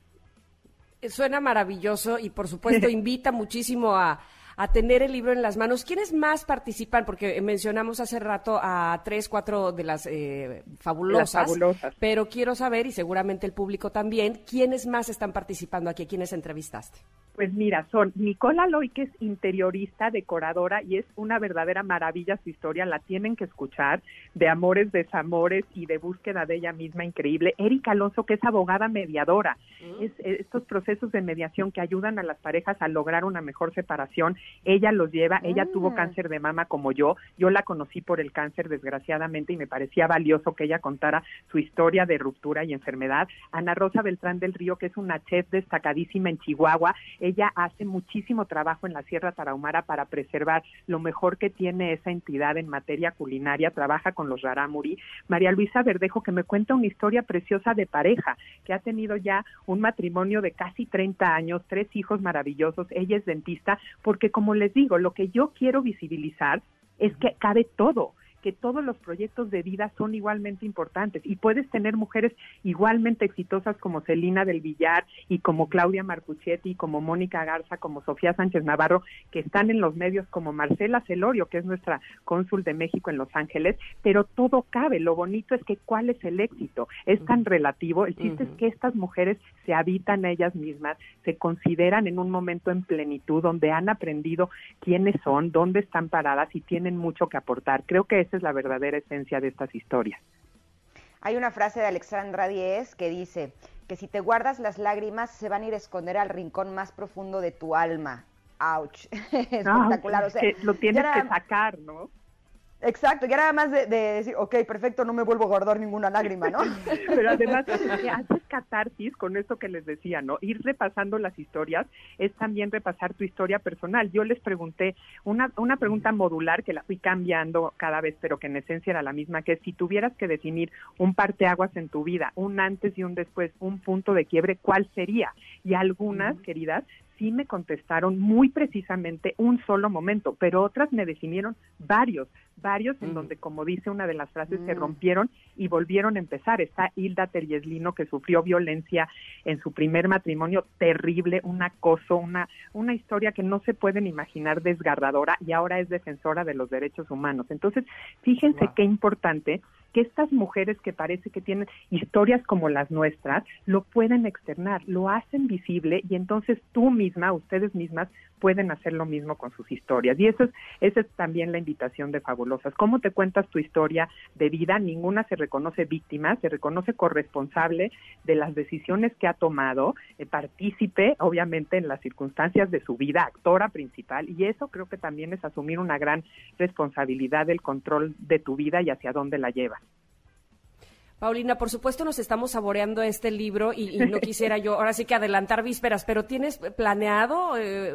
Suena maravilloso y por supuesto invita muchísimo a tener el libro en las manos. ¿Quiénes más participan? Porque mencionamos hace rato a 3, 4 de las fabulosas, pero quiero saber, y seguramente el público también, ¿quiénes más están participando aquí? ¿Quiénes entrevistaste? Pues mira, son Nicola Loy, que es interiorista, decoradora, y es una verdadera maravilla su historia, la tienen que escuchar, de amores, desamores y de búsqueda de ella misma, increíble. Erika Alonso, que es abogada mediadora, es estos procesos de mediación que ayudan a las parejas a lograr una mejor separación, ella los lleva, ella tuvo cáncer de mama como yo la conocí por el cáncer desgraciadamente, y me parecía valioso que ella contara su historia de ruptura y enfermedad. Ana Rosa Beltrán del Río, que es una chef destacadísima en Chihuahua, ella hace muchísimo trabajo en la Sierra Tarahumara para preservar lo mejor que tiene esa entidad en materia culinaria, trabaja con los rarámuri. María Luisa Verdejo, que me cuenta una historia preciosa de pareja, que ha tenido ya un matrimonio de casi 30 años, 3 hijos maravillosos, ella es dentista, porque como les digo, lo que yo quiero visibilizar es que cabe todo, que todos los proyectos de vida son igualmente importantes y puedes tener mujeres igualmente exitosas como Celina del Villar y como Claudia Marcuchetti, como Mónica Garza, como Sofía Sánchez Navarro, que están en los medios, como Marcela Celorio, que es nuestra cónsul de México en Los Ángeles, pero todo cabe. Lo bonito es que ¿cuál es el éxito? Es tan relativo. El chiste es que estas mujeres se habitan a ellas mismas, se consideran en un momento en plenitud, donde han aprendido quiénes son, dónde están paradas y tienen mucho que aportar. Creo que esa es la verdadera esencia de estas historias. Hay una frase de Alexandra Díez que dice que si te guardas las lágrimas se van a ir a esconder al rincón más profundo de tu alma. ¡Auch! Espectacular. O sea, que lo tienes que sacar, ¿no? Exacto, ya nada más de decir, ok, perfecto, no me vuelvo a guardar ninguna lágrima, ¿no? Pero además, haces catarsis con esto que les decía, ¿no? Ir repasando las historias es también repasar tu historia personal. Yo les pregunté una pregunta modular que la fui cambiando cada vez, pero que en esencia era la misma, que si tuvieras que definir un parteaguas en tu vida, un antes y un después, un punto de quiebre, ¿cuál sería? Y algunas, queridas, sí me contestaron muy precisamente un solo momento, pero otras me definieron varios en donde, como dice una de las frases, se rompieron y volvieron a empezar. Está Hilda Terieslino, que sufrió violencia en su primer matrimonio, terrible, un acoso, una historia que no se pueden imaginar, desgarradora, y ahora es defensora de los derechos humanos. Entonces, fíjense qué importante que estas mujeres que parece que tienen historias como las nuestras, lo pueden externar, lo hacen visible, y entonces tú misma, ustedes mismas, pueden hacer lo mismo con sus historias. Y esa es también la invitación de Fabulosas. ¿Cómo te cuentas tu historia de vida? Ninguna se reconoce víctima, se reconoce corresponsable de las decisiones que ha tomado, partícipe, obviamente, en las circunstancias de su vida, actora principal, y eso creo que también es asumir una gran responsabilidad del control de tu vida y hacia dónde la llevas. Paulina, por supuesto nos estamos saboreando este libro y no quisiera yo ahora sí que adelantar vísperas, pero ¿tienes planeado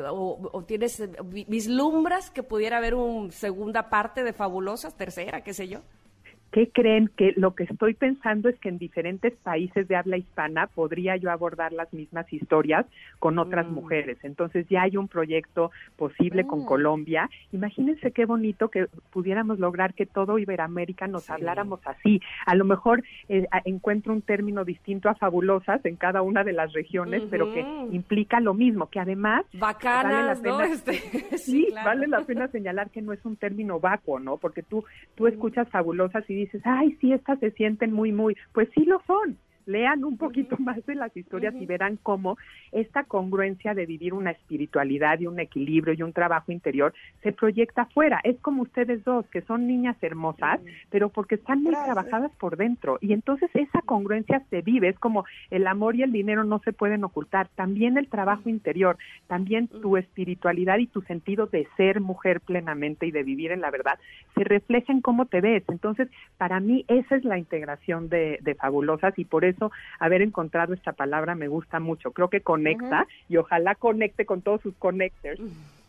o tienes vislumbras que pudiera haber una segunda parte de Fabulosas, tercera, qué sé yo? ¿Qué creen? Que lo que estoy pensando es que en diferentes países de habla hispana podría yo abordar las mismas historias con otras mujeres. Entonces ya hay un proyecto posible con Colombia. Imagínense qué bonito que pudiéramos lograr que todo Iberoamérica nos habláramos así. A lo mejor encuentro un término distinto a Fabulosas en cada una de las regiones, pero que implica lo mismo, que además bacanas, vale la pena, ¿no? sí, claro. Vale la pena señalar que no es un término vacuo, ¿no? Porque tú escuchas Fabulosas y dices, ay, sí, estas se sienten muy, pues sí lo son. Lean un poquito más de las historias y verán cómo esta congruencia de vivir una espiritualidad y un equilibrio y un trabajo interior se proyecta afuera. Es como ustedes dos, que son niñas hermosas, pero porque están muy trabajadas por dentro. Y entonces esa congruencia se vive. Es como el amor y el dinero no se pueden ocultar. También el trabajo interior, también tu espiritualidad y tu sentido de ser mujer plenamente y de vivir en la verdad se refleja en cómo te ves. Entonces, para mí esa es la integración de Fabulosas, y por eso haber encontrado esta palabra me gusta mucho. Creo que conecta y ojalá conecte con todos sus connectors.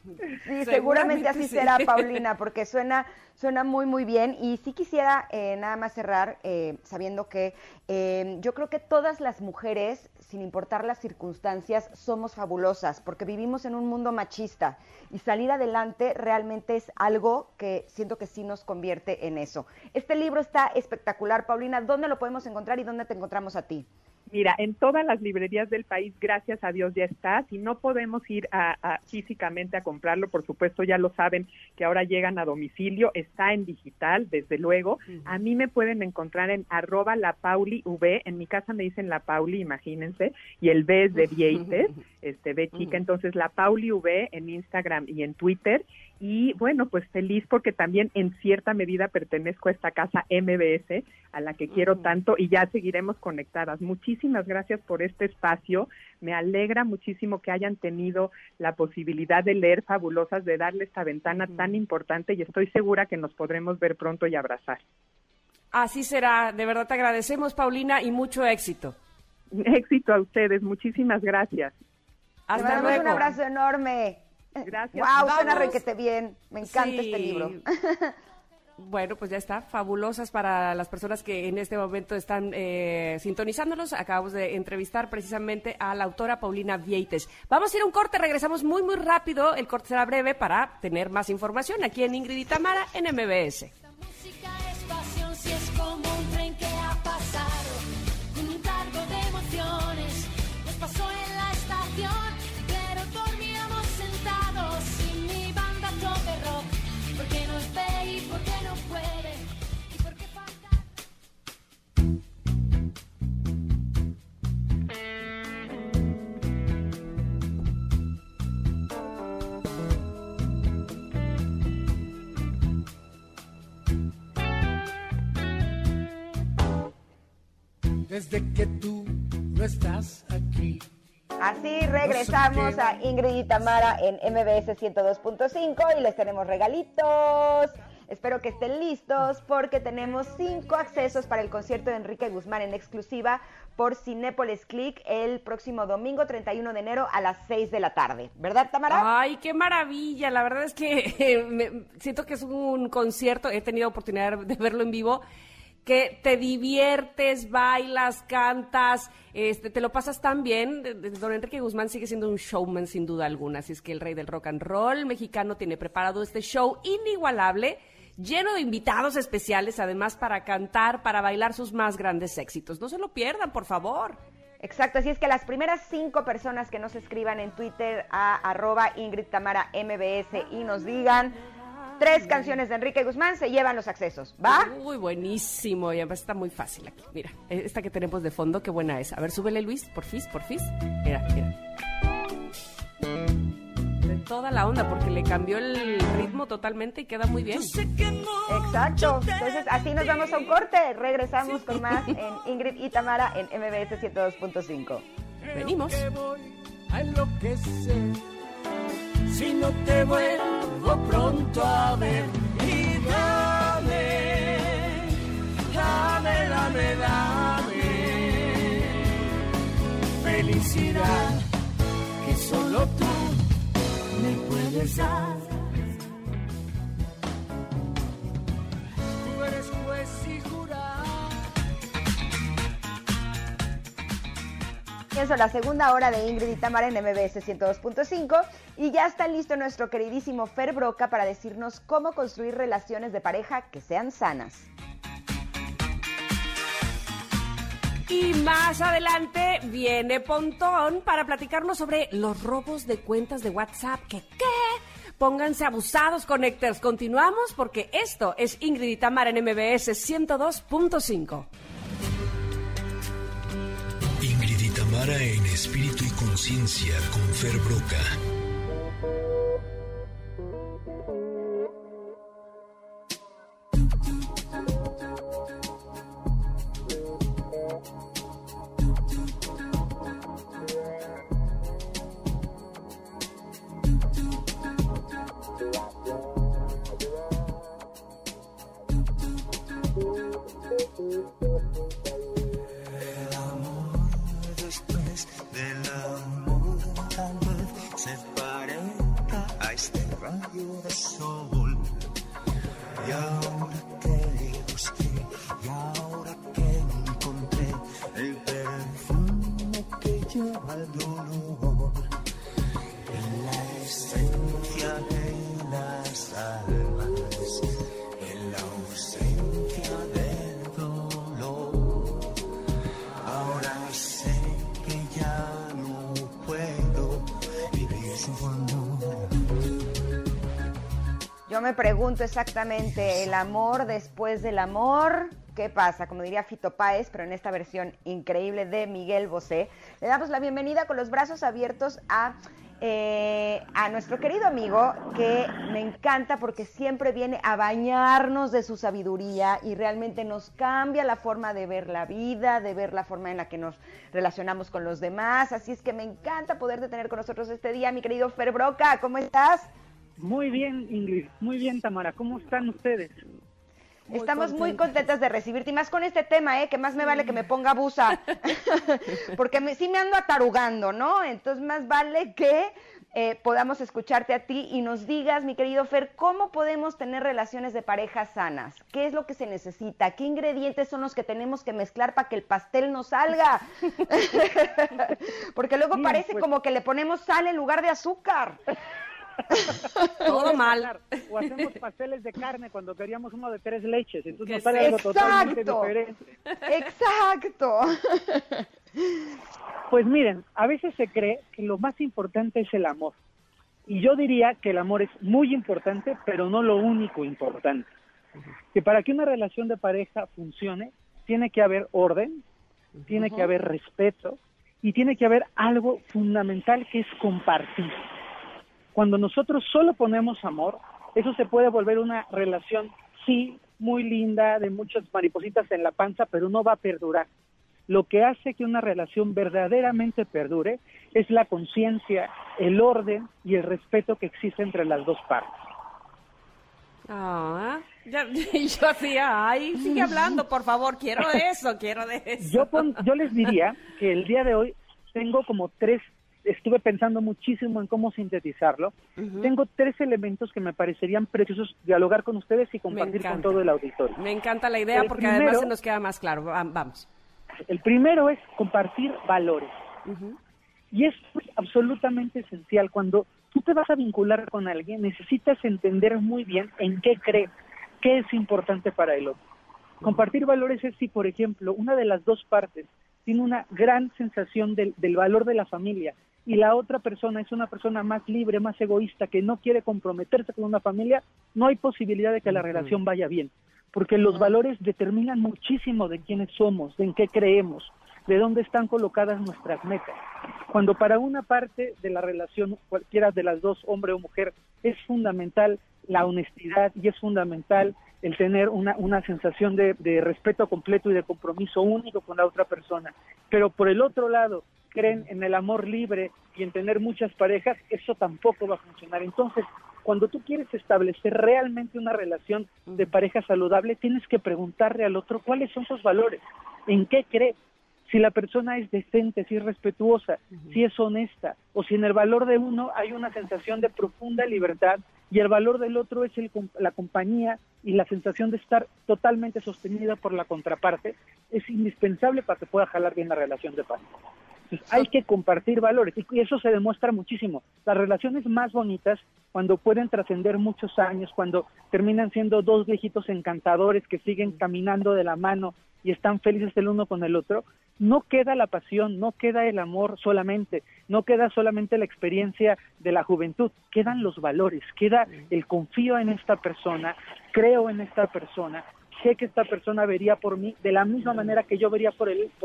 Sí, seguramente así será, Paulina, porque suena muy, muy bien. Y sí quisiera nada más cerrar sabiendo que yo creo que todas las mujeres, sin importar las circunstancias, somos fabulosas, porque vivimos en un mundo machista y salir adelante realmente es algo que siento que sí nos convierte en eso. Este libro está espectacular. Paulina, ¿dónde lo podemos encontrar y dónde te encontramos a ti? Mira, en todas las librerías del país, gracias a Dios, ya está. Si no podemos ir físicamente a comprarlo, por supuesto, ya lo saben que ahora llegan a domicilio. Está en digital, desde luego. A mí me pueden encontrar en @lapauliv. En mi casa me dicen La Pauli, imagínense. Y el B es de Vieites, B chica. Entonces, La Pauli V en Instagram y en Twitter. Y bueno, pues feliz porque también en cierta medida pertenezco a esta casa MBS, a la que quiero tanto, y ya seguiremos conectadas. Muchísimas gracias por este espacio. Me alegra muchísimo que hayan tenido la posibilidad de leer Fabulosas, de darle esta ventana tan importante, y estoy segura que nos podremos ver pronto y abrazar. Así será. De verdad te agradecemos, Paulina, y mucho éxito. Éxito a ustedes. Muchísimas gracias. Hasta luego. Un abrazo enorme. Gracias. Wow, suena requete bien. Me encanta este libro. Bueno, pues ya está. Fabulosas para las personas que en este momento están sintonizándolos. Acabamos de entrevistar precisamente a la autora Paulina Vieites. Vamos a ir a un corte, regresamos muy, muy rápido. El corte será breve para tener más información aquí en Ingrid y Tamara en MBS. Música desde que tú no estás aquí. Así regresamos a Ingrid y Tamara en MBS 102.5 y les tenemos regalitos. Espero que estén listos porque tenemos 5 accesos para el concierto de Enrique Guzmán en exclusiva por Cinépolis Click el próximo domingo 31 de enero a las 6 de la tarde. ¿Verdad, Tamara? Ay, qué maravilla. La verdad es que siento que es un concierto, he tenido oportunidad de verlo en vivo, que te diviertes, bailas, cantas, te lo pasas tan bien. Don Enrique Guzmán sigue siendo un showman sin duda alguna, así es que el rey del rock and roll mexicano tiene preparado este show inigualable, lleno de invitados especiales, además para cantar, para bailar sus más grandes éxitos. No se lo pierdan, por favor. Exacto, así es que las primeras 5 personas que nos escriban en Twitter a @IngridTamaraMBS y nos digan 3 canciones de Enrique Guzmán se llevan los accesos, ¿va? Uy, buenísimo, y además está muy fácil aquí. Mira, esta que tenemos de fondo, qué buena es. A ver, súbele, Luis, porfis. Mira. De toda la onda, porque le cambió el ritmo totalmente y queda muy bien. Exacto, entonces así nos vamos a un corte. Regresamos con más en Ingrid y Tamara en MBS 102.5. Venimos. A enloquecer si no te vuelvo pronto a ver. Y dame felicidad que solo tú me puedes dar. Tú eres juez y jurado. Comienza la segunda hora de Ingrid y Tamara en MBS 102.5 y ya está listo nuestro queridísimo Fer Broca para decirnos cómo construir relaciones de pareja que sean sanas. Y más adelante viene Pontón para platicarnos sobre los robos de cuentas de WhatsApp. ¿Qué? Pónganse abusados, Connectors. Continuamos porque esto es Ingrid y Tamara en MBS 102.5. Ingrid y Tamara en Espíritu y Conciencia con Fer Broca. Yo me pregunto exactamente, ¿el amor después del amor? ¿Qué pasa? Como diría Fito Páez, pero en esta versión increíble de Miguel Bosé. Le damos la bienvenida con los brazos abiertos a nuestro querido amigo, que me encanta porque siempre viene a bañarnos de su sabiduría y realmente nos cambia la forma de ver la vida, de ver la forma en la que nos relacionamos con los demás. Así es que me encanta poderte tener con nosotros este día, mi querido Fer Broca. ¿Cómo estás? Muy bien, Ingrid. Muy bien, Tamara. ¿Cómo están ustedes? Estamos muy contentas de recibirte y más con este tema, que más me vale que me ponga busa, porque sí me ando atarugando, ¿no? Entonces más vale que podamos escucharte a ti y nos digas, mi querido Fer, ¿cómo podemos tener relaciones de pareja sanas? ¿Qué es lo que se necesita? ¿Qué ingredientes son los que tenemos que mezclar para que el pastel no salga? Porque luego parece como que le ponemos sal en lugar de azúcar. Todo mal. O hacemos pasteles de carne cuando queríamos uno de 3 leches, entonces nos sí. sale algo totalmente diferente. Exacto. Pues miren, a veces se cree que lo más importante es el amor. Y yo diría que el amor es muy importante, pero no lo único importante. Que para que una relación de pareja funcione, tiene que haber orden, tiene que haber respeto y tiene que haber algo fundamental que es compartir. Cuando nosotros solo ponemos amor, eso se puede volver una relación, sí, muy linda, de muchas maripositas en la panza, pero no va a perdurar. lo que hace que una relación verdaderamente perdure es la conciencia, el orden y el respeto que existe entre las dos partes. Yo decía, sigue hablando, por favor, quiero de eso. Yo les diría que el día de hoy tengo como estuve pensando muchísimo en cómo sintetizarlo. Tengo 3 elementos que me parecerían preciosos dialogar con ustedes y compartir con todo el auditorio. Me encanta la idea porque además se nos queda más claro. Vamos. El primero es compartir valores. Y esto es absolutamente esencial. Cuando tú te vas a vincular con alguien, necesitas entender muy bien en qué cree, qué es importante para el otro. Compartir valores es si, por ejemplo, una de las dos partes tiene una gran sensación del valor de la familia y la otra persona es una persona más libre, más egoísta, que no quiere comprometerse con una familia, no hay posibilidad de que la relación vaya bien, porque los valores determinan muchísimo de quiénes somos, de en qué creemos, de dónde están colocadas nuestras metas. Cuando para una parte de la relación, cualquiera de las dos, hombre o mujer, es fundamental la honestidad y es fundamental el tener una sensación de respeto completo y de compromiso único con la otra persona, pero por el otro lado creen en el amor libre y en tener muchas parejas, eso tampoco va a funcionar. Entonces, cuando tú quieres establecer realmente una relación de pareja saludable, tienes que preguntarle al otro cuáles son sus valores, en qué cree, si la persona es decente, si es respetuosa, si es honesta, o si en el valor de uno hay una sensación de profunda libertad y el valor del otro es la compañía y la sensación de estar totalmente sostenida por la contraparte, es indispensable para que pueda jalar bien la relación de pareja. Entonces, hay que compartir valores y eso se demuestra muchísimo. Las relaciones más bonitas, cuando pueden trascender muchos años, cuando terminan siendo dos viejitos encantadores que siguen caminando de la mano y están felices el uno con el otro, no queda la pasión, no queda el amor solamente, no queda solamente la experiencia de la juventud, quedan los valores, queda el confío en esta persona, creo en esta persona, sé que esta persona vería por mí de la misma manera que yo vería por él.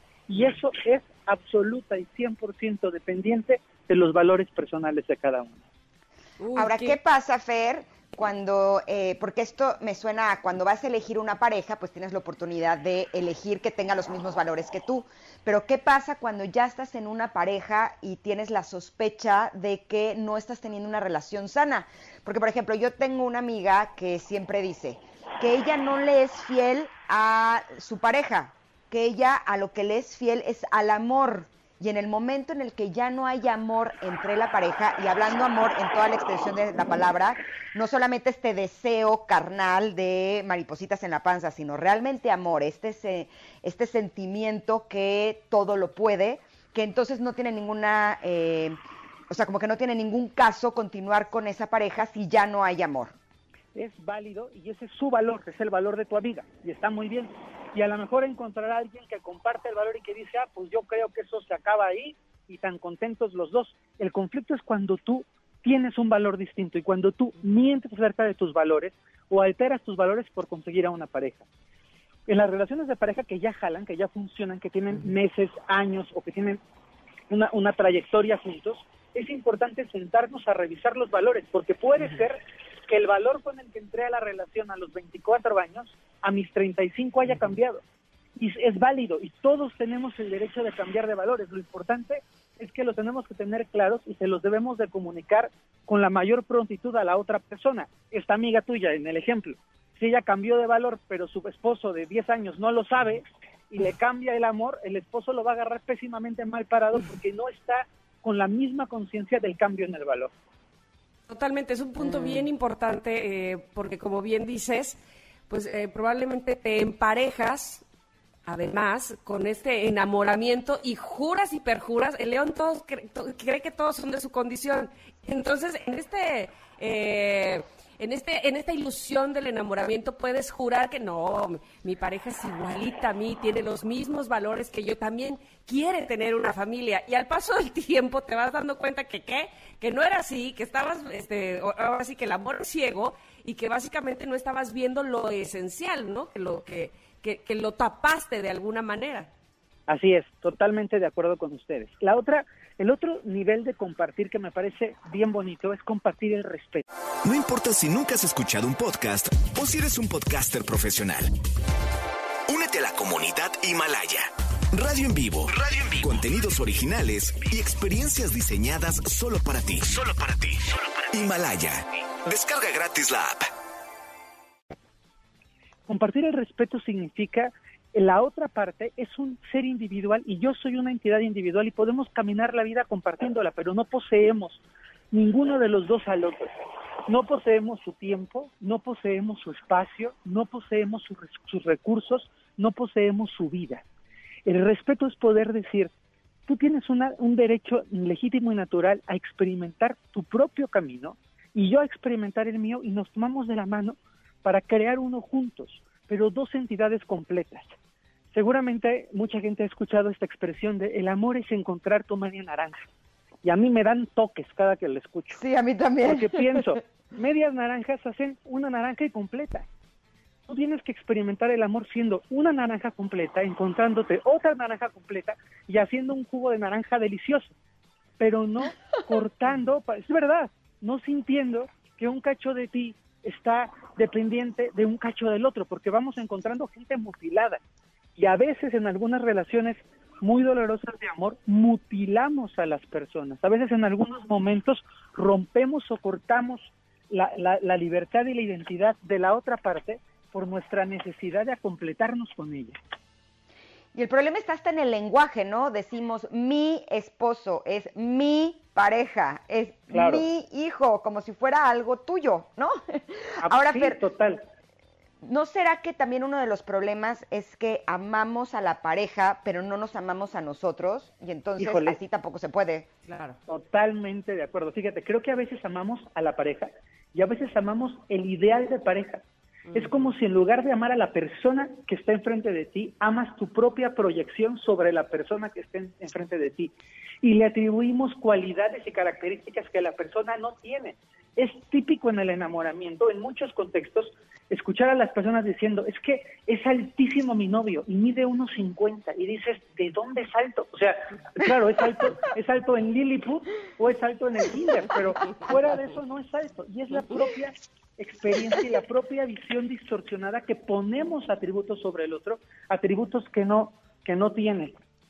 Y eso es absoluta y 100% dependiente de los valores personales de cada uno. Ahora, ¿qué pasa, Fer, cuando, porque esto me suena a cuando vas a elegir una pareja, pues tienes la oportunidad de elegir que tenga los mismos valores que tú, pero ¿qué pasa cuando ya estás en una pareja y tienes la sospecha de que no estás teniendo una relación sana? Porque, por ejemplo, yo tengo una amiga que siempre dice que ella no le es fiel a su pareja, que ella a lo que le es fiel es al amor. Y en el momento en el que ya no hay amor entre la pareja, y hablando amor en toda la extensión de la palabra, no solamente este deseo carnal de maripositas en la panza, sino realmente amor, este sentimiento que todo lo puede, que entonces no tiene ninguna, como que no tiene ningún caso continuar con esa pareja si ya no hay amor. Es válido y ese es su valor, es el valor de tu amiga y está muy bien. Y a lo mejor encontrará a alguien que comparte el valor y que dice, pues yo creo que eso se acaba ahí y tan contentos los dos. El conflicto es cuando tú tienes un valor distinto y cuando tú mientes acerca de tus valores o alteras tus valores por conseguir a una pareja. En las relaciones de pareja que ya jalan, que ya funcionan, que tienen meses, años o que tienen una trayectoria juntos, es importante sentarnos a revisar los valores, porque puede ser que el valor con el que entré a la relación a los 24 años, a mis 35 haya cambiado. Y es válido, y todos tenemos el derecho de cambiar de valores. Lo importante es que lo tenemos que tener claros y se los debemos de comunicar con la mayor prontitud a la otra persona. Esta amiga tuya, en el ejemplo, si ella cambió de valor, pero su esposo de 10 años no lo sabe y le cambia el amor, el esposo lo va a agarrar pésimamente mal parado porque no está con la misma conciencia del cambio en el valor. Totalmente, es un punto bien importante porque como bien dices, pues probablemente te emparejas además con este enamoramiento y juras y perjuras. El león todos cree que todos son de su condición. Entonces, en esta ilusión del enamoramiento puedes jurar que no, mi pareja es igualita a mí, tiene los mismos valores que yo, también quiere tener una familia, y al paso del tiempo te vas dando cuenta que no era así, que estabas, ahora sí que el amor es ciego, y que básicamente no estabas viendo lo esencial, ¿no? Que lo tapaste de alguna manera. Así es, totalmente de acuerdo con ustedes. El otro nivel de compartir que me parece bien bonito es compartir el respeto. No importa si nunca has escuchado un podcast o si eres un podcaster profesional. Únete a la comunidad Himalaya. Radio en vivo. Contenidos originales y experiencias diseñadas solo para ti. Himalaya. Descarga gratis la app. Compartir el respeto significa la otra parte es un ser individual y yo soy una entidad individual y podemos caminar la vida compartiéndola, pero no poseemos ninguno de los dos al otro. No poseemos su tiempo, no poseemos su espacio, no poseemos sus recursos, no poseemos su vida. El respeto es poder decir, tú tienes un derecho legítimo y natural a experimentar tu propio camino y yo a experimentar el mío y nos tomamos de la mano para crear uno juntos, pero dos entidades completas. Seguramente mucha gente ha escuchado esta expresión de el amor es encontrar tu media naranja. Y a mí me dan toques cada que lo escucho. Sí, a mí también. Porque pienso, medias naranjas hacen una naranja completa. Tú tienes que experimentar el amor siendo una naranja completa, encontrándote otra naranja completa y haciendo un jugo de naranja delicioso. Pero no cortando, es verdad, no sintiendo que un cacho de ti está dependiente de un cacho del otro, porque vamos encontrando gente mutilada. Y a veces en algunas relaciones muy dolorosas de amor, mutilamos a las personas. A veces en algunos momentos rompemos o cortamos la libertad y la identidad de la otra parte por nuestra necesidad de completarnos con ella. Y el problema está hasta en el lenguaje, ¿no? Decimos mi esposo, es mi pareja, es claro. Mi hijo, como si fuera algo tuyo, ¿no? Ahora, sí, Fer, total. ¿No será que también uno de los problemas es que amamos a la pareja, pero no nos amamos a nosotros? Y entonces así tampoco se puede. Claro. Totalmente de acuerdo. Fíjate, creo que a veces amamos a la pareja y a veces amamos el ideal de pareja. Es como si en lugar de amar a la persona que está enfrente de ti, amas tu propia proyección sobre la persona que está enfrente de ti. Y le atribuimos cualidades y características que la persona no tiene. Es típico en el enamoramiento, en muchos contextos, escuchar a las personas diciendo, es que es altísimo mi novio y mide 1.50 y dices, ¿de dónde es alto? O sea, claro, es alto en Lilliput o es alto en el Kinder, pero fuera de eso no es alto. Y es la propia experiencia y la propia visión distorsionada que ponemos atributos sobre el otro, atributos que no tiene.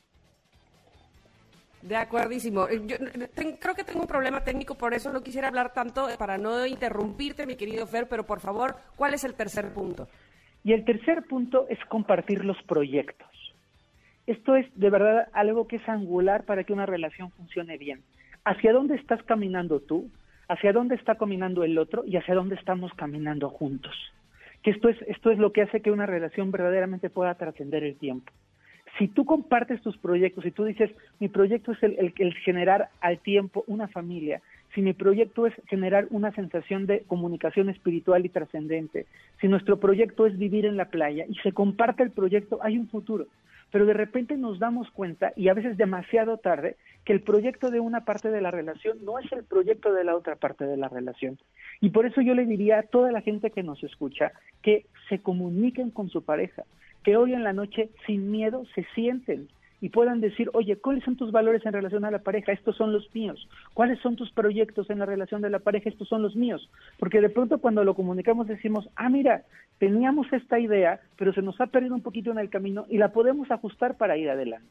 De acuerdísimo. Yo creo que tengo un problema técnico, por eso no quisiera hablar tanto, para no interrumpirte, mi querido Fer, pero por favor, ¿cuál es el tercer punto? Y el tercer punto es compartir los proyectos. Esto es de verdad algo que es angular para que una relación funcione bien. ¿Hacia dónde estás caminando tú? ¿Hacia dónde está caminando el otro? ¿Y hacia dónde estamos caminando juntos? Que esto es lo que hace que una relación verdaderamente pueda trascender el tiempo. Si tú compartes tus proyectos y tú dices, mi proyecto es el generar al tiempo una familia, si mi proyecto es generar una sensación de comunicación espiritual y trascendente, si nuestro proyecto es vivir en la playa y se comparte el proyecto, hay un futuro. Pero de repente nos damos cuenta, y a veces demasiado tarde, que el proyecto de una parte de la relación no es el proyecto de la otra parte de la relación. Y por eso yo le diría a toda la gente que nos escucha que se comuniquen con su pareja, que hoy en la noche sin miedo se sienten y puedan decir, oye, ¿cuáles son tus valores en relación a la pareja? Estos son los míos. ¿Cuáles son tus proyectos en la relación de la pareja? Estos son los míos. Porque de pronto cuando lo comunicamos decimos, mira, teníamos esta idea, pero se nos ha perdido un poquito en el camino y la podemos ajustar para ir adelante.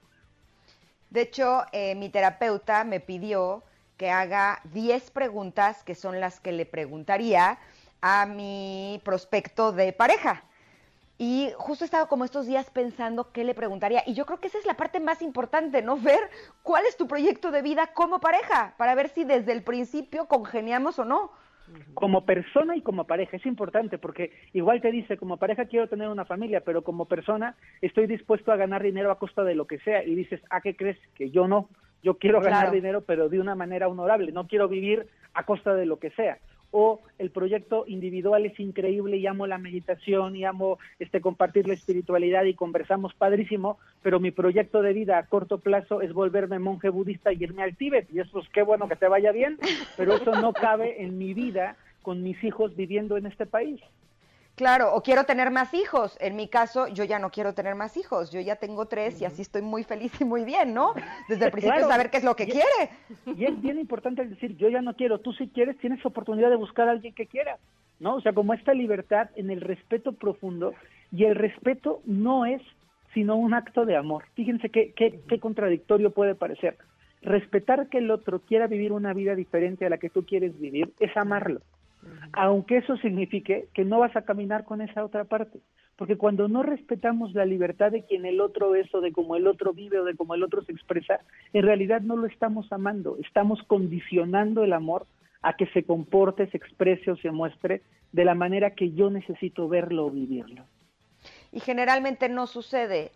De hecho, mi terapeuta me pidió que haga 10 preguntas que son las que le preguntaría a mi prospecto de pareja. Y justo he estado como estos días pensando qué le preguntaría. Y yo creo que esa es la parte más importante, ¿no? Ver cuál es tu proyecto de vida como pareja, para ver si desde el principio congeniamos o no. Como persona y como pareja, es importante, porque igual te dice, como pareja quiero tener una familia, pero como persona estoy dispuesto a ganar dinero a costa de lo que sea. Y dices, ¿qué crees? Que yo no. Yo quiero ganar dinero, pero de una manera honorable. No quiero vivir a costa de lo que sea. O el proyecto individual es increíble y amo la meditación y amo compartir la espiritualidad y conversamos padrísimo, pero mi proyecto de vida a corto plazo es volverme monje budista y irme al Tíbet, y eso es qué bueno que te vaya bien, pero eso no cabe en mi vida con mis hijos viviendo en este país. Claro, o quiero tener más hijos. En mi caso, yo ya no quiero tener más hijos. Yo ya tengo 3 y así estoy muy feliz y muy bien, ¿no? Desde el principio saber qué es lo que quiere. Y es bien importante decir, yo ya no quiero. Tú si quieres, tienes oportunidad de buscar a alguien que quiera, ¿no? O sea, como esta libertad en el respeto profundo. Y el respeto no es sino un acto de amor. Fíjense qué contradictorio puede parecer. Respetar que el otro quiera vivir una vida diferente a la que tú quieres vivir es amarlo, aunque eso signifique que no vas a caminar con esa otra parte, porque cuando no respetamos la libertad de quien el otro es, o de cómo el otro vive, o de cómo el otro se expresa, en realidad no lo estamos amando, estamos condicionando el amor a que se comporte, se exprese o se muestre de la manera que yo necesito verlo o vivirlo. Y generalmente no sucede.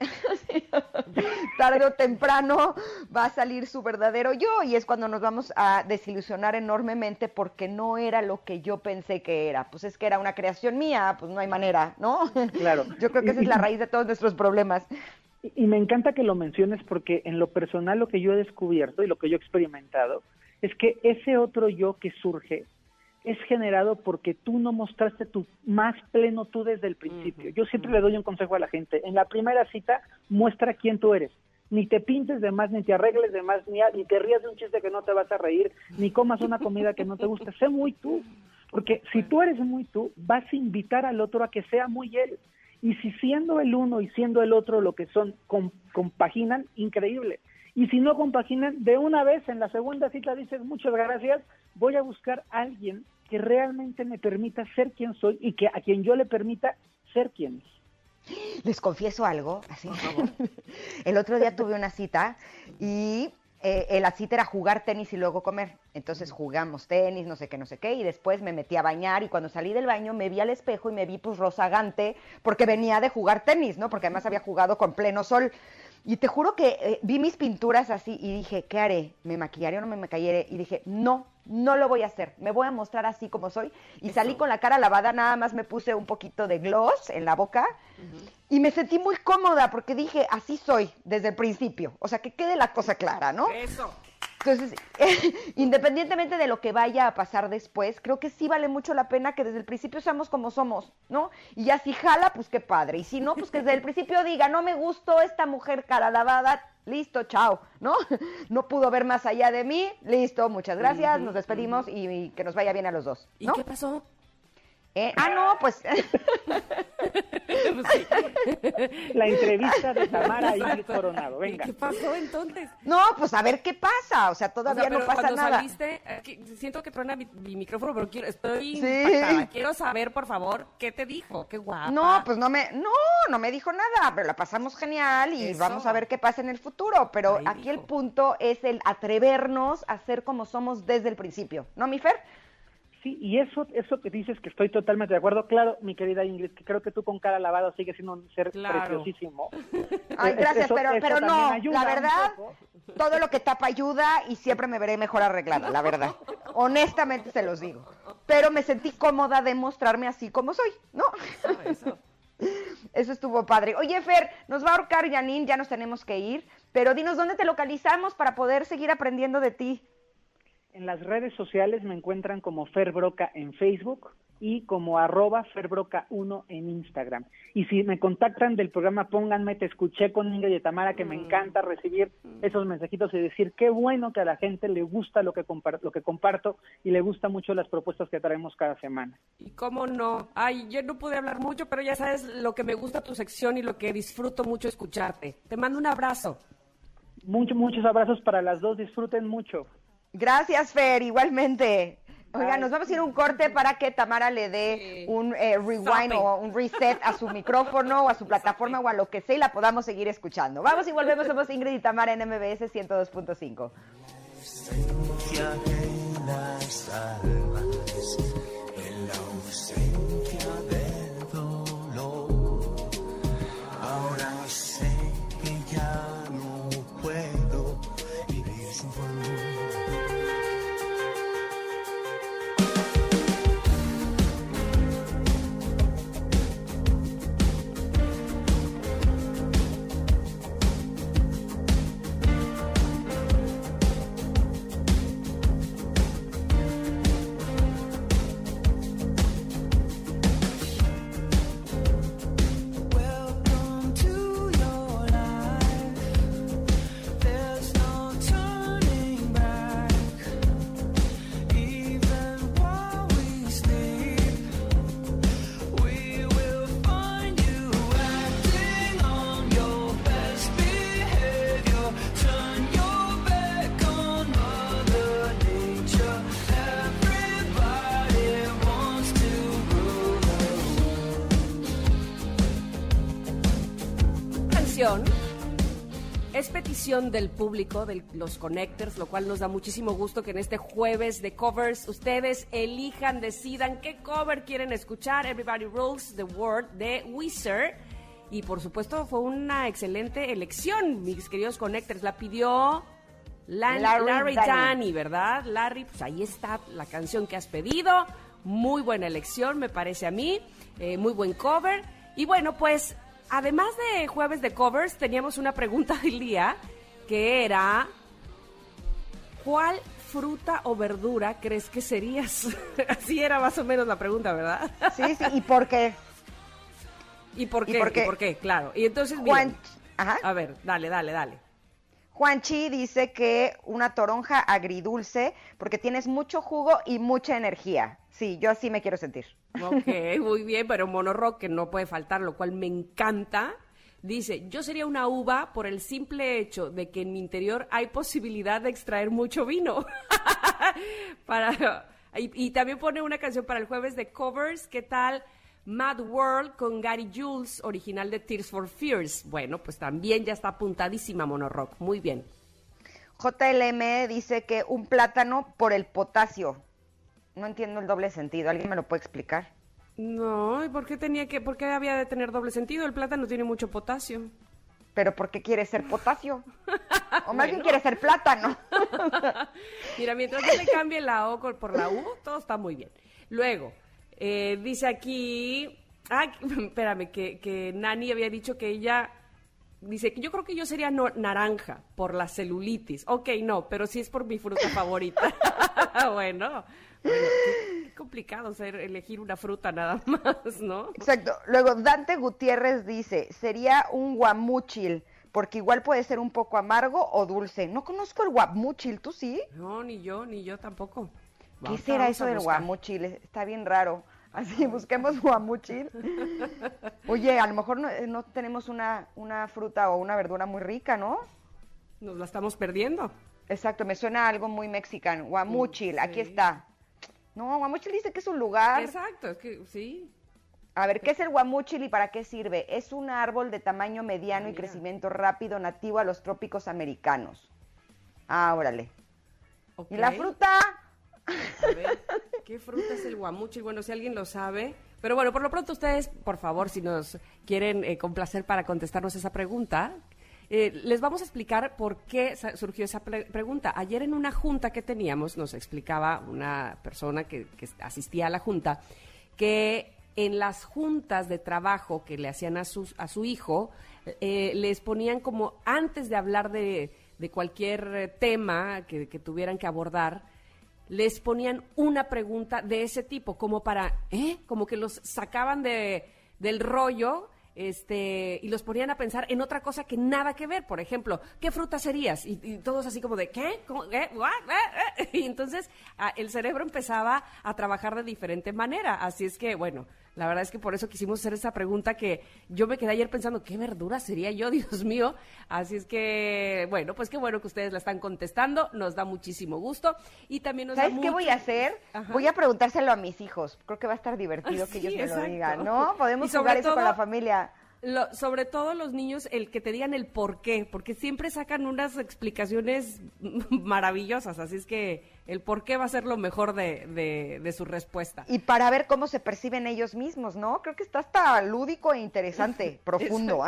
Tarde o temprano va a salir su verdadero yo, y es cuando nos vamos a desilusionar enormemente porque no era lo que yo pensé que era. Pues es que era una creación mía, pues no hay manera, ¿no? Claro. Yo creo que esa es la raíz de todos nuestros problemas. Y me encanta que lo menciones, porque en lo personal lo que yo he descubierto y lo que yo he experimentado es que ese otro yo que surge es generado porque tú no mostraste tu más pleno tú desde el principio. Yo siempre le doy un consejo a la gente: en la primera cita, muestra quién tú eres. Ni te pintes de más, ni te arregles de más, ni te rías de un chiste que no te vas a reír, ni comas una comida que no te guste. Sé muy tú, porque si tú eres muy tú, vas a invitar al otro a que sea muy él. Y si siendo el uno y siendo el otro lo que son, compaginan, increíble. Y si no compaginan, de una vez en la segunda cita dices: muchas gracias, voy a buscar a alguien que realmente me permita ser quien soy y que a quien yo le permita ser quien es. Les confieso algo, así. El otro día tuve una cita y la cita era jugar tenis y luego comer. Entonces jugamos tenis, no sé qué, y después me metí a bañar, y cuando salí del baño me vi al espejo y me vi pues rozagante, porque venía de jugar tenis, ¿no? Porque además había jugado con pleno sol. Y te juro que vi mis pinturas así y dije: ¿qué haré? ¿Me maquillaré o no me maquillaré? Y dije: no lo voy a hacer, me voy a mostrar así como soy. Y salí con la cara lavada, nada más me puse un poquito de gloss en la boca, y me sentí muy cómoda porque dije: así soy desde el principio. O sea, que quede la cosa clara, ¿no? Eso. Entonces, independientemente de lo que vaya a pasar después, creo que sí vale mucho la pena que desde el principio seamos como somos, ¿no? Y ya si jala, pues qué padre. Y si no, pues que desde el principio diga: no me gustó esta mujer cara lavada, listo, chao, ¿no? No pudo ver más allá de mí, listo, muchas gracias, nos despedimos y que nos vaya bien a los dos, ¿no? ¿Y qué pasó? No, pues... La entrevista de Tamara Ingrid Coronado, venga. ¿Qué pasó entonces? No, pues a ver qué pasa, o sea, todavía no pasa nada. Saliste, siento que truena mi micrófono, pero estoy impactada. Quiero saber, por favor, ¿qué te dijo? Qué guapa. No, pues no me dijo nada, pero la pasamos genial y vamos a ver qué pasa en el futuro. Pero aquí el punto es el atrevernos a ser como somos desde el principio, ¿no, mi Fer? Sí, y eso que dices, que estoy totalmente de acuerdo. Claro, mi querida Ingrid, que creo que tú con cara lavada sigues siendo un ser preciosísimo. Ay, gracias, pero no, la verdad, todo lo que tapa ayuda, y siempre me veré mejor arreglada, la verdad. Honestamente se los digo. Pero me sentí cómoda de mostrarme así como soy, ¿no? Eso estuvo padre. Oye, Fer, nos va a ahorcar Janine, ya nos tenemos que ir, pero dinos dónde te localizamos para poder seguir aprendiendo de ti. En las redes sociales me encuentran como Fer Broca en Facebook y como @FerBroca1 en Instagram. Y si me contactan del programa, pónganme: te escuché con Ingrid y Tamara, que me encanta recibir esos mensajitos y decir qué bueno que a la gente le gusta lo que comparto y le gusta mucho las propuestas que traemos cada semana. ¿Y cómo no? Ay, yo no pude hablar mucho, pero ya sabes lo que me gusta tu sección y lo que disfruto mucho escucharte. Te mando un abrazo. Muchos abrazos para las dos, disfruten mucho. Gracias, Fer, igualmente. Oiga, nos vamos a ir a un corte para que Tamara le dé un rewind o un reset a su micrófono o a su plataforma o a lo que sea y la podamos seguir escuchando. Vamos y volvemos, somos Ingrid y Tamara en MBS 102.5. En la ausencia del dolor, ahora sé que ya no puedo vivir sin tu amor. es petición del público, de los connectors, lo cual nos da muchísimo gusto que en este jueves de covers ustedes elijan, decidan qué cover quieren escuchar. Everybody Rules the World de Weezer. Y por supuesto fue una excelente elección, mis queridos connectors. La pidió Larry Dani, ¿verdad? Larry, pues ahí está la canción que has pedido. Muy buena elección, me parece a mí. Muy buen cover. Y bueno, pues, además de jueves de covers, teníamos una pregunta del día que era: ¿cuál fruta o verdura crees que serías? Así era más o menos la pregunta, ¿verdad? Sí, sí, ¿y por qué? ¿Y por qué? ¿Y por qué? Claro. Y entonces, miren, Ajá. A ver, dale. Juanchi dice que una toronja agridulce porque tienes mucho jugo y mucha energía. Sí, yo así me quiero sentir. Ok, muy bien, pero Monorock, que no puede faltar, lo cual me encanta, dice: yo sería una uva por el simple hecho de que en mi interior hay posibilidad de extraer mucho vino. Y también pone una canción para el jueves de covers. ¿Qué tal? Mad World con Gary Jules, original de Tears for Fears. Bueno, pues también ya está apuntadísima Monorock. Muy bien. JLM dice que un plátano por el potasio. No entiendo el doble sentido. ¿Alguien me lo puede explicar? No, ¿y por qué había de tener doble sentido? El plátano tiene mucho potasio. ¿Pero por qué quiere ser potasio? O más bien quiere ser plátano. Mira, mientras no le cambie la O por la U, todo está muy bien. Luego, dice aquí... espérame, que Nani había dicho que ella... Dice que yo creo que yo sería naranja por la celulitis. Ok, no, pero sí es por mi fruta favorita. Bueno, qué complicado elegir una fruta nada más, ¿no? Exacto. Luego Dante Gutiérrez dice, sería un guamúchil, porque igual puede ser un poco amargo o dulce. No conozco el guamúchil, ¿tú sí? No, ni yo tampoco. ¿Qué será eso del guamúchil? Está bien raro. Así, busquemos guamúchil. Oye, a lo mejor no tenemos una fruta o una verdura muy rica, ¿no? Nos la estamos perdiendo. Exacto, me suena a algo muy mexicano. Guamúchil, sí. Aquí está. No, guamúchil dice que es un lugar. Exacto, es que sí. A ver, ¿qué es el guamúchil y para qué sirve? Es un árbol de tamaño mediano y crecimiento rápido nativo a los trópicos americanos. Órale. Okay. ¿Y la fruta? A ver, ¿qué fruta es el guamúchil? Bueno, si alguien lo sabe. Pero bueno, por lo pronto ustedes, por favor, si nos quieren complacer para contestarnos esa pregunta, les vamos a explicar por qué surgió esa pregunta. Ayer en una junta que teníamos, nos explicaba una persona que asistía a la junta, que en las juntas de trabajo que le hacían a su hijo, les ponían como, antes de hablar de cualquier tema que tuvieran que abordar, les ponían una pregunta de ese tipo, como para, como que los sacaban del rollo, y los ponían a pensar en otra cosa que nada que ver. Por ejemplo, ¿qué fruta serías? Y todos así como de, ¿qué? ¿Cómo? ¿What? Y entonces el cerebro empezaba a trabajar de diferente manera. Así es que, bueno, la verdad es que por eso quisimos hacer esa pregunta, que yo me quedé ayer pensando, ¿qué verdura sería yo? Dios mío. Así es que, bueno, pues qué bueno que ustedes la están contestando. Nos da muchísimo gusto. Y también nos ¿Sabes da qué voy a hacer? Ajá. Voy a preguntárselo a mis hijos. Creo que va a estar divertido que ellos me exacto. lo digan, ¿no? Podemos Y sobre jugar eso con todo, la familia. Sobre todo los niños, el que te digan el por qué, porque siempre sacan unas explicaciones maravillosas, así es que el por qué va a ser lo mejor de su respuesta. Y para ver cómo se perciben ellos mismos, ¿no? Creo que está hasta lúdico e interesante, profundo.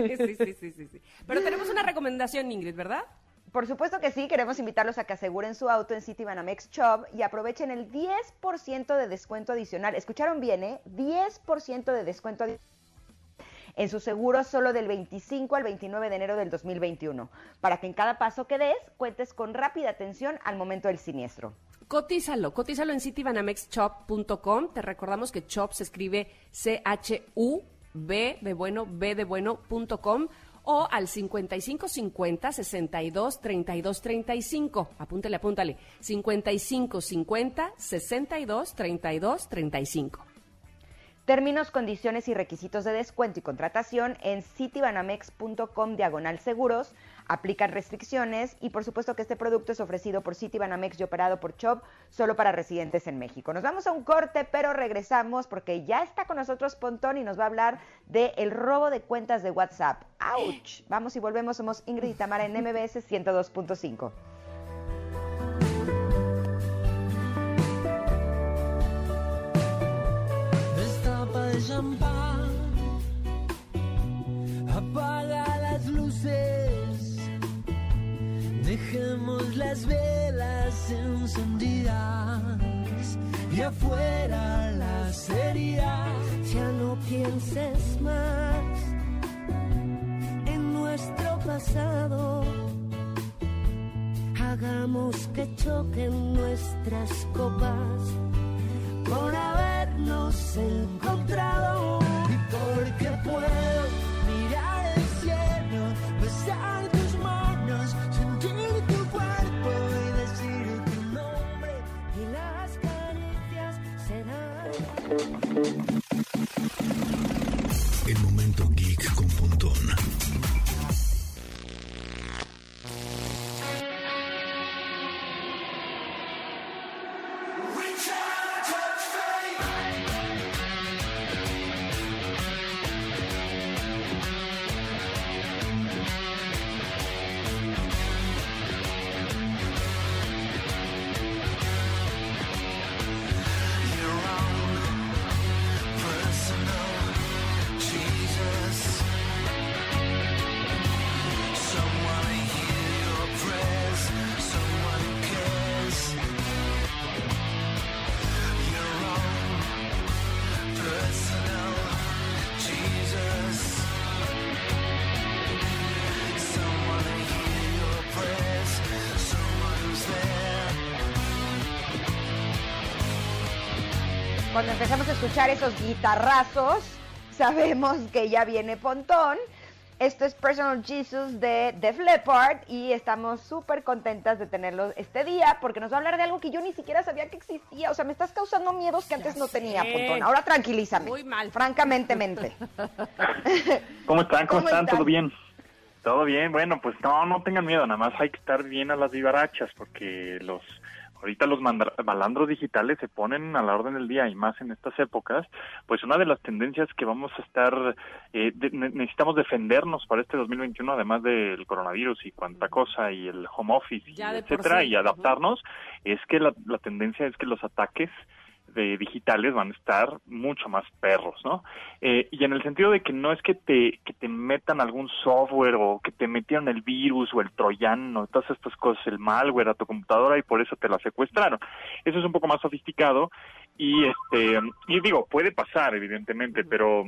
Sí. Pero tenemos una recomendación, Ingrid, ¿verdad? Por supuesto que sí, queremos invitarlos a que aseguren su auto en Citibanamex Shop y aprovechen el 10% de descuento adicional. ¿Escucharon bien, 10% de descuento adicional en su seguro solo del 25 al 29 de enero del 2021, para que en cada paso que des cuentes con rápida atención al momento del siniestro. Cotízalo en citibanamexshop.com. Te recordamos que Shop se escribe C-H-U-B de bueno.com, o al 5550 62 32 35. Apúntale. 5550 62 32 35. Términos, condiciones y requisitos de descuento y contratación en citibanamex.com/seguros. Aplican restricciones y por supuesto que este producto es ofrecido por Citibanamex y operado por Chubb solo para residentes en México. Nos vamos a un corte, pero regresamos porque ya está con nosotros Pontón y nos va a hablar del robo de cuentas de WhatsApp. ¡Auch! Vamos y volvemos, somos Ingrid y Tamara en MBS 102.5. Destapa el champán, apaga las luces, dejemos las velas encendidas y afuera las heridas. Ya no pienses más en nuestro pasado. Hagamos que choquen nuestras copas por habernos encontrado. Y porque puedo mirar el cielo, besar tus manos, sentir tu cuerpo y decir tu nombre. Y las caricias serán El momento geek con Pontón. Cuando empezamos a escuchar esos guitarrazos, sabemos que ya viene Pontón. Esto es Personal Jesus de Def Leppard y estamos súper contentas de tenerlo este día porque nos va a hablar de algo que yo ni siquiera sabía que existía. O sea, me estás causando miedos que antes no tenía, Pontón. Ahora tranquilízame. Muy mal. Francamente. ¿Cómo están? ¿Cómo están? ¿Todo bien? Todo bien. Bueno, pues no tengan miedo. Nada más hay que estar bien a las vivarachas porque ahorita los malandros digitales se ponen a la orden del día y más en estas épocas, pues una de las tendencias que vamos a estar, necesitamos defendernos para este 2021, además del coronavirus y cuanta cosa y el home office, y etcétera, y adaptarnos, es que la tendencia es que los ataques digitales van a estar mucho más perros, ¿no? Y en el sentido de que no es que te metan algún software o que te metieron el virus o el troyano, todas estas cosas, el malware a tu computadora y por eso te la secuestraron. Eso es un poco más sofisticado y digo, puede pasar evidentemente, pero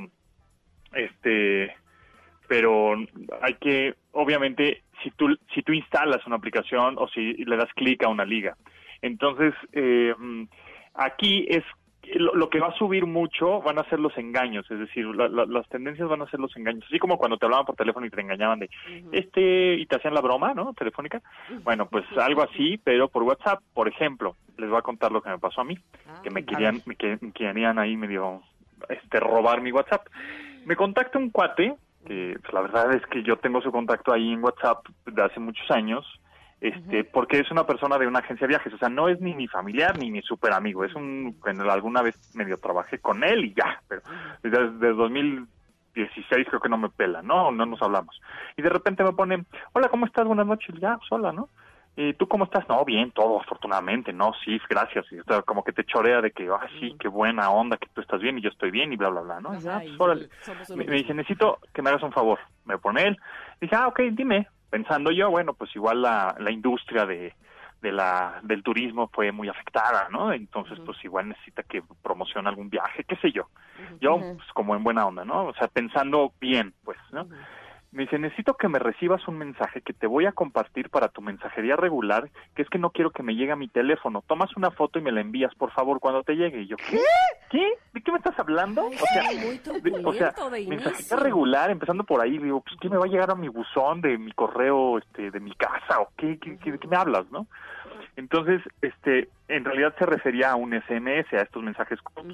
hay que, obviamente, si tú instalas una aplicación o si le das clic a una liga, entonces aquí es lo que va a subir mucho van a ser los engaños, es decir, las tendencias van a ser los engaños, así como cuando te hablaban por teléfono y te engañaban de y te hacían la broma, ¿no? Telefónica. Bueno, pues algo así, pero por WhatsApp, por ejemplo, les voy a contar lo que me pasó a mí, que me querían ahí medio robar mi WhatsApp. Me contacta un cuate que pues, la verdad es que yo tengo su contacto ahí en WhatsApp de hace muchos años. Porque es una persona de una agencia de viajes, o sea, no es ni mi familiar ni mi super amigo, es alguna vez medio trabajé con él y ya, pero desde 2016 creo que no me pela, no nos hablamos. Y de repente me pone, hola, ¿cómo estás? Buenas noches, ya, pues hola, ¿no? ¿Y tú cómo estás? No, bien, todo, afortunadamente, no, sí, gracias, y como que te chorea de que, sí, qué buena onda, que tú estás bien y yo estoy bien y bla, bla, bla, ¿no? Ya, pues órale. Me dice, necesito que me hagas un favor, me pone él, dije, ok, dime. Pensando yo, bueno, pues igual la industria del turismo fue muy afectada, ¿no? Entonces, pues igual necesita que promocione algún viaje, qué sé yo. Yo, pues como en buena onda, ¿no? O sea, pensando bien, pues, ¿no? Me dice, necesito que me recibas un mensaje que te voy a compartir para tu mensajería regular, que es que no quiero que me llegue a mi teléfono. Tomas una foto y me la envías, por favor, cuando te llegue. Y yo, ¿Qué? ¿De qué me estás hablando? O sea, mensajería regular, empezando por ahí, digo, pues, ¿qué me va a llegar a mi buzón de mi correo, de mi casa? ¿O qué me hablas, no? Entonces, en realidad se refería a un SMS, a estos mensajes cortos.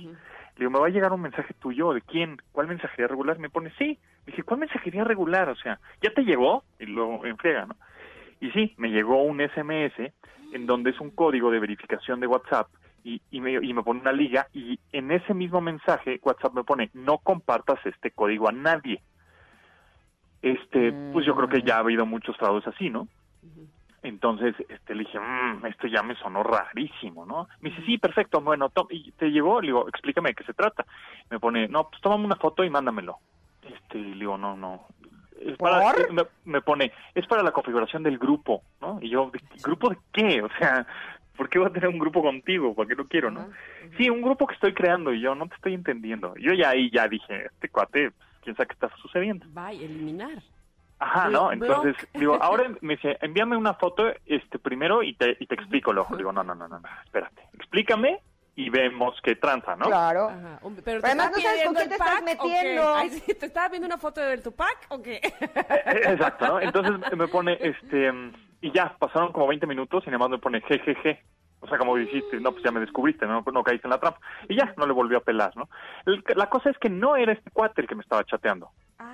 Le digo, ¿me va a llegar un mensaje tuyo? ¿De quién? ¿Cuál mensajería regular? Me pone, sí. Le dije, ¿cuál mensajería regular? O sea, ¿ya te llegó? Y lo enfriega, ¿no? Y sí, me llegó un SMS en donde es un código de verificación de WhatsApp y me pone una liga, y en ese mismo mensaje WhatsApp me pone, no compartas este código a nadie. Pues yo creo que ya ha habido muchos fraudes así, ¿no? Entonces, le dije, esto ya me sonó rarísimo, ¿no? Me dice, sí, perfecto, bueno, ¿y te llegó? Le digo, explícame de qué se trata. Me pone, no, pues tómame una foto y mándamelo. Le digo, no. Es para, me pone, es para la configuración del grupo, ¿no? Y yo, ¿grupo de qué? O sea, ¿por qué voy a tener un grupo contigo? ¿Por qué no quiero, no? Sí, un grupo que estoy creando y yo no te estoy entendiendo. Yo ya ahí ya dije, este cuate, pues, quién sabe qué está sucediendo. Vaya, eliminar. Ajá, ¿no? Entonces, digo, ahora me dice, envíame una foto primero y te explico luego. Digo, no, espérate. Explícame y vemos qué tranza, ¿no? Claro. Ajá. Pero además no sabes con quién te estás metiendo. Ay, sí, ¿te estaba viendo una foto del Tupac o qué? Exacto, ¿no? Entonces me pone, y ya, pasaron como 20 minutos y nada más me pone jejeje. O sea, como dijiste, no, pues ya me descubriste, no caíste en la trampa. Y ya, no le volvió a pelar, ¿no? La cosa es que no era este cuate el que me estaba chateando.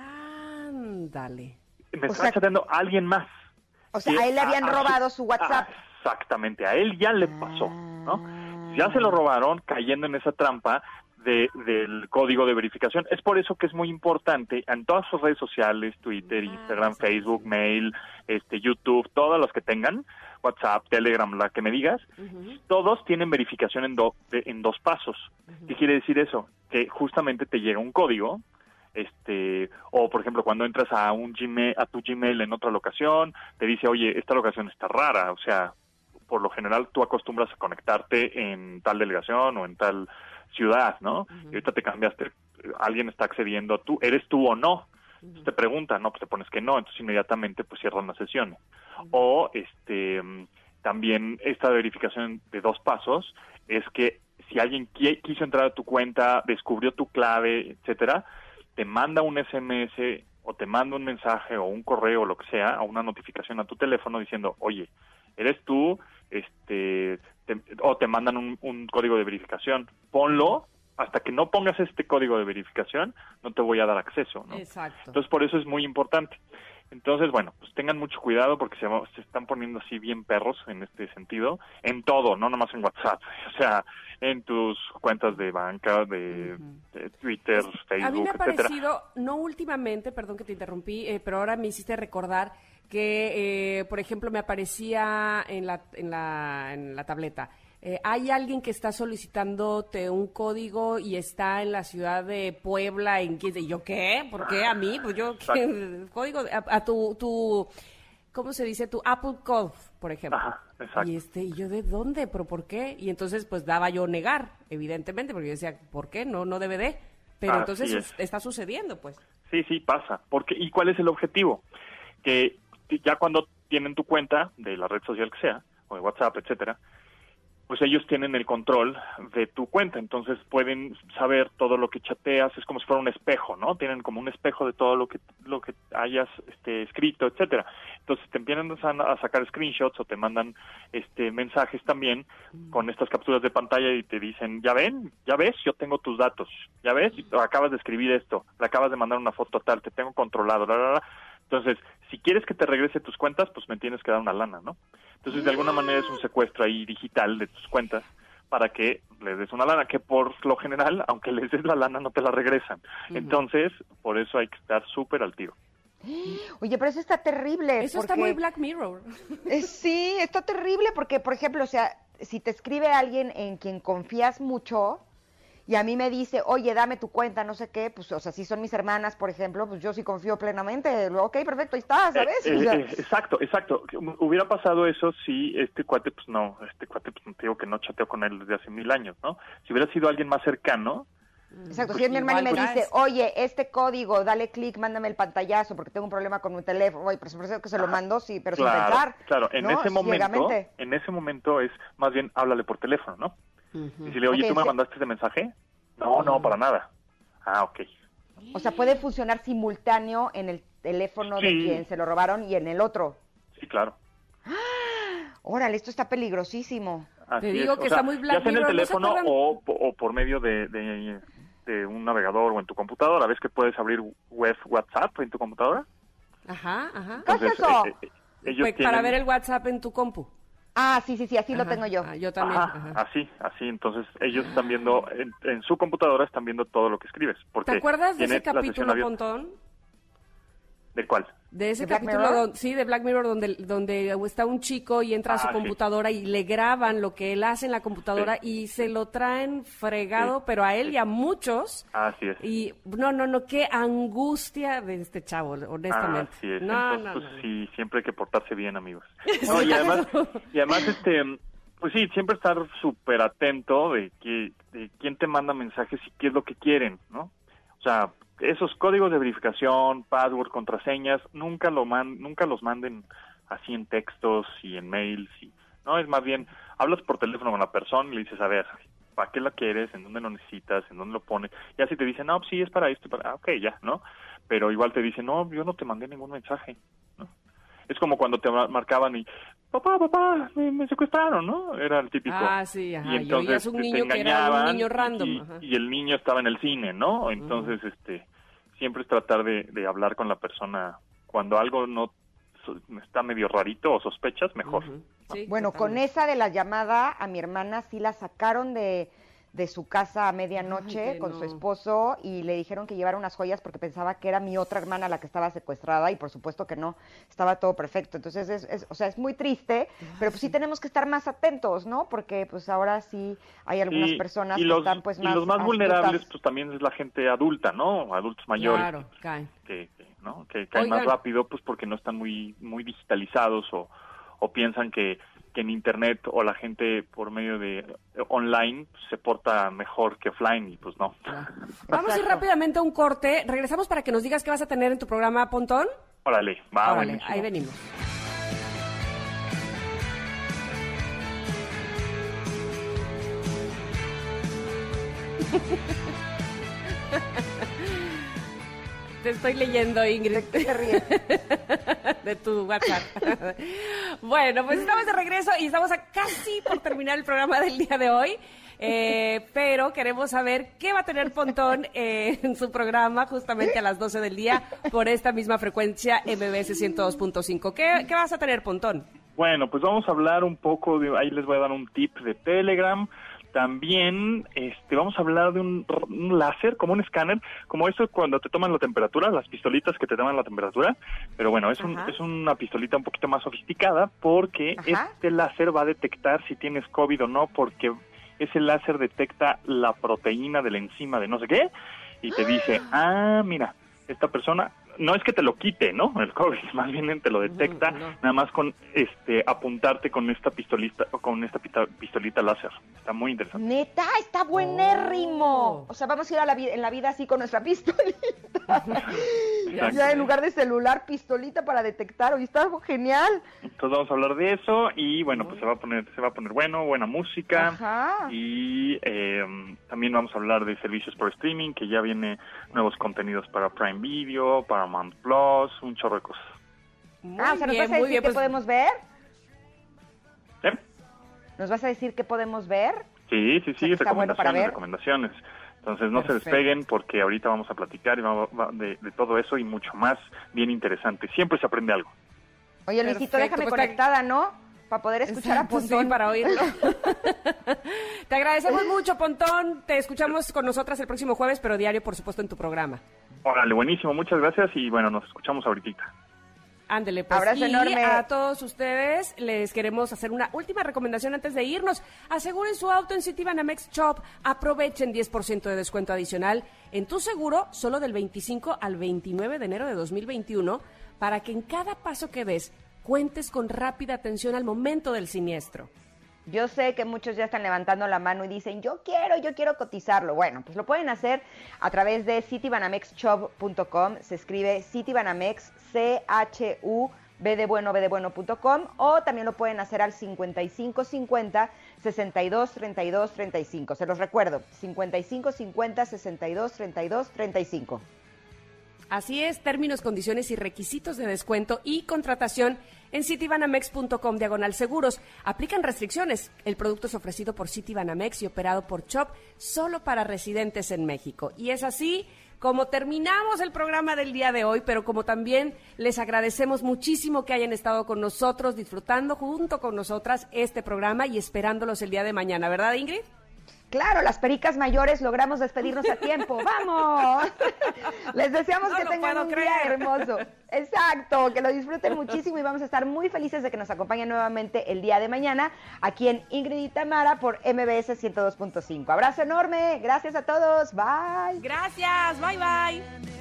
Ándale. Me estaba chateando a alguien más. O sea, a él le habían robado su WhatsApp. Exactamente, a él ya le pasó, ¿no? Ya se lo robaron cayendo en esa trampa del código de verificación. Es por eso que es muy importante en todas sus redes sociales, Twitter, Instagram, Facebook, Mail, YouTube, todas las que tengan, WhatsApp, Telegram, la que me digas, todos tienen verificación en dos pasos. ¿Qué quiere decir eso? Que justamente te llega un código, o por ejemplo cuando entras a tu Gmail en otra locación, te dice, oye, esta locación está rara, o sea, por lo general tú acostumbras a conectarte en tal delegación o en tal ciudad, ¿no? Y ahorita te cambiaste, alguien está accediendo, ¿eres tú o no? Entonces te preguntan, no, pues te pones que no, entonces inmediatamente pues cierran las sesiones. O también esta verificación de 2 pasos es que si alguien quiso entrar a tu cuenta, descubrió tu clave, etcétera, te manda un SMS o te manda un mensaje o un correo o lo que sea, o una notificación a tu teléfono diciendo, oye, ¿eres tú? O te mandan un código de verificación. Ponlo, hasta que no pongas este código de verificación, no te voy a dar acceso, ¿no? Exacto. Entonces, por eso es muy importante. Entonces, bueno, pues tengan mucho cuidado porque se están poniendo así bien perros en este sentido, en todo, no nomás en WhatsApp, o sea, en tus cuentas de banca, de Twitter, Facebook, a mí me ha etcétera. parecido, no últimamente, perdón que te interrumpí, pero ahora me hiciste recordar que, por ejemplo, me aparecía en la tableta. Hay alguien que está solicitándote un código y está en la ciudad de Puebla, ¿y yo qué? ¿Por qué a mí? Pues yo, ¿qué? Código a tu, ¿cómo se dice? Tu Apple Code, por ejemplo. Ajá, exacto. Y yo, ¿de dónde? ¿Pero por qué? Y entonces, pues, daba yo negar, evidentemente, porque yo decía, ¿por qué? No debe de. Pero Así entonces está sucediendo, pues. Sí, pasa. ¿Y cuál es el objetivo? Que ya cuando tienen tu cuenta de la red social que sea, o de WhatsApp, etcétera, pues ellos tienen el control de tu cuenta, entonces pueden saber todo lo que chateas, es como si fuera un espejo, ¿no? Tienen como un espejo de todo lo que hayas escrito, etcétera. Entonces te empiezan a sacar screenshots o te mandan mensajes también con estas capturas de pantalla y te dicen, ya ves, yo tengo tus datos, ya ves, acabas de escribir esto, le acabas de mandar una foto tal, te tengo controlado, Entonces, si quieres que te regrese tus cuentas, pues me tienes que dar una lana, ¿no? Entonces, de alguna manera es un secuestro ahí digital de tus cuentas para que les des una lana, que por lo general, aunque les des la lana, no te la regresan. Entonces, por eso hay que estar súper al tiro. Oye, pero eso está terrible. Eso está muy Black Mirror. Sí, está terrible porque, por ejemplo, o sea, si te escribe alguien en quien confías mucho y a mí me dice, oye, dame tu cuenta, no sé qué, pues, o sea, si son mis hermanas, por ejemplo, pues yo sí confío plenamente. Ok, perfecto, ahí está, ¿sabes? O sea, Exacto. Hubiera pasado eso si este cuate, pues te digo que no chateo con él desde hace 1000 años, ¿no? Si hubiera sido alguien más cercano. Exacto, pues si es mi hermana y me igual, dice, oye, este código, dale clic, mándame el pantallazo porque tengo un problema con mi teléfono, oye, por supuesto que se lo mando, sí, pero sin pensar. Claro, en ¿no? ese momento es más bien háblale por teléfono, ¿no? Y si le oye, ¿tú me mandaste ese mensaje? No, para nada. Ok. O sea, puede funcionar simultáneo en el teléfono de quien se lo robaron y en el otro. Sí, claro. Órale, esto está peligrosísimo. Así Te digo es. que O sea, está muy Black ya sea en el Mirror, ¿no se teléfono acuerdan? o por medio de un navegador o en tu computadora. ¿Ves que puedes abrir web WhatsApp en tu computadora? Ajá, ajá. ¿Qué es eso? Ellos Pues, tienen... para ver el WhatsApp en tu compu. Ah, sí, así lo Ajá. tengo yo. Ah, yo también. Ajá, Ajá. así. Entonces ellos están viendo, en su computadora están viendo todo lo que escribes. Porque ¿Te acuerdas de tiene ese la sesión capítulo, abierta. Pontón? ¿De cuál? De ese ¿De Black capítulo, Mirror? sí, de Black Mirror, donde está un chico y entra a su Ah, sí. computadora y le graban lo que él hace en la computadora y se lo traen fregado, Sí. pero a él y a muchos. Así es. Y no, qué angustia de este chavo, honestamente. Así es. No, Entonces, no. sí, siempre hay que portarse bien, amigos. No, y además, pues sí, siempre estar súper atento de quién te manda mensajes y qué es lo que quieren, ¿no? O sea, esos códigos de verificación, password, contraseñas, nunca los manden así en textos y en mails, no, es más bien, hablas por teléfono con la persona y le dices, a ver, ¿para qué la quieres? ¿En dónde lo necesitas? ¿En dónde lo pones? Ya si te dicen, no, sí, es para esto, ok, ya, ¿no? Pero igual te dicen, no, yo no te mandé ningún mensaje, ¿no? Es como cuando te marcaban y, papá, me secuestraron, ¿no? Era el típico. Ah, sí, ajá. Y Y oías entonces un te niño que era un engañaban niño random. Ajá. y el niño estaba en el cine, ¿no? Entonces, siempre es tratar de hablar con la persona cuando algo no está medio rarito o sospechas, mejor. Ujú. Sí, Bueno, con totalmente. esa de la llamada a mi hermana sí la sacaron de su casa a medianoche Ay, que con no. su esposo y le dijeron que llevara unas joyas porque pensaba que era mi otra hermana la que estaba secuestrada y por supuesto que no, estaba todo perfecto. Entonces, es muy triste, pero pues sí tenemos que estar más atentos, ¿no? Porque pues ahora sí hay algunas personas que están pues más y los más astutas. vulnerables pues también es la gente adulta, ¿no? Adultos mayores. Claro, cae. Que caen más Oigan. rápido pues porque no están muy digitalizados o piensan que en internet o la gente por medio de online se porta mejor que offline y pues no. Vamos a ir rápidamente a un corte. Regresamos para que nos digas qué vas a tener en tu programa, Pontón. Órale, Órale, buenísimo. ahí venimos. Te estoy leyendo, Ingrid. ¿De qué te ríes? De tu WhatsApp. Bueno, pues estamos de regreso y estamos casi por terminar el programa del día de hoy. Pero queremos saber qué va a tener Pontón en su programa justamente a las 12 del día por esta misma frecuencia MBS 102.5. ¿Qué vas a tener, Pontón? Bueno, pues vamos a hablar un poco ahí les voy a dar un tip de Telegram. También vamos a hablar de un láser, como un escáner, como eso cuando te toman la temperatura, las pistolitas que te toman la temperatura, pero bueno, es una pistolita un poquito más sofisticada porque Ajá. este láser va a detectar si tienes COVID o no, porque ese láser detecta la proteína de la enzima de no sé qué y te dice, mira, esta persona, no es que te lo quite, ¿no? El COVID, más bien te lo detecta, nada más con apuntarte con esta pistolita láser. Está muy interesante. Neta, está buenérrimo. O sea, vamos a ir en la vida así con nuestra pistolita. Ya en lugar de celular, pistolita para detectar. Oye, está genial. Entonces vamos a hablar de eso y bueno, pues se va a poner bueno, buena música. Ajá. Y también vamos a hablar de servicios por streaming, que ya viene nuevos contenidos para Prime Video, Paramount Plus, un chorro de cosas. O sea, ¿nos vas a decir qué pues, podemos ver? ¿Eh? ¿Nos vas a decir qué podemos ver? Sí, sea, que está bueno para ver. recomendaciones. Entonces no Perfecto. se despeguen porque ahorita vamos a platicar y de todo eso y mucho más bien interesante. Siempre se aprende algo. Oye, Luisito, Perfecto, déjame pues, conectada, ¿no? Para poder escuchar a Exacto, Pontón. sí, para oírlo. Te agradecemos mucho, Pontón. Te escuchamos con nosotras el próximo jueves, pero diario, por supuesto, en tu programa. Órale, buenísimo, muchas gracias y bueno, nos escuchamos ahorita. Ándele, pues. Abrazo y enorme. a todos ustedes les queremos hacer una última recomendación antes de irnos. Aseguren su auto en Citibanamex Shop. Aprovechen 10% de descuento adicional en tu seguro solo del 25 al 29 de enero de 2021 para que en cada paso que des cuentes con rápida atención al momento del siniestro. Yo sé que muchos ya están levantando la mano y dicen, yo quiero cotizarlo. Bueno, pues lo pueden hacer a través de citibanamexshop.com. Se escribe Citibanamex, CHUBDebueno.com, o también lo pueden hacer al 5550 62 32 35. Se los recuerdo, 5550 62 32 35. Así es, términos, condiciones y requisitos de descuento y contratación en citibanamex.com/seguros. Aplican restricciones. El producto es ofrecido por Citibanamex y operado por CHOP solo para residentes en México. Y es así como terminamos el programa del día de hoy, pero como también les agradecemos muchísimo que hayan estado con nosotros, disfrutando junto con nosotras este programa y esperándolos el día de mañana, ¿verdad, Ingrid? Claro, las pericas mayores logramos despedirnos a tiempo. ¡Vamos! Les deseamos que tengan un día hermoso. Exacto, que lo disfruten muchísimo y vamos a estar muy felices de que nos acompañen nuevamente el día de mañana aquí en Ingrid y Tamara por MBS 102.5. Abrazo enorme, gracias a todos, bye. Gracias, bye bye.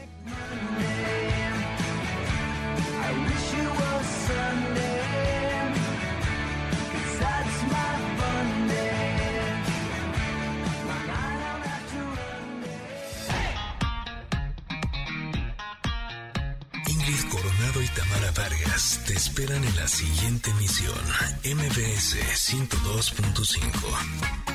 Ingrid Coronado y Tamara Vargas te esperan en la siguiente emisión, MBS 102.5.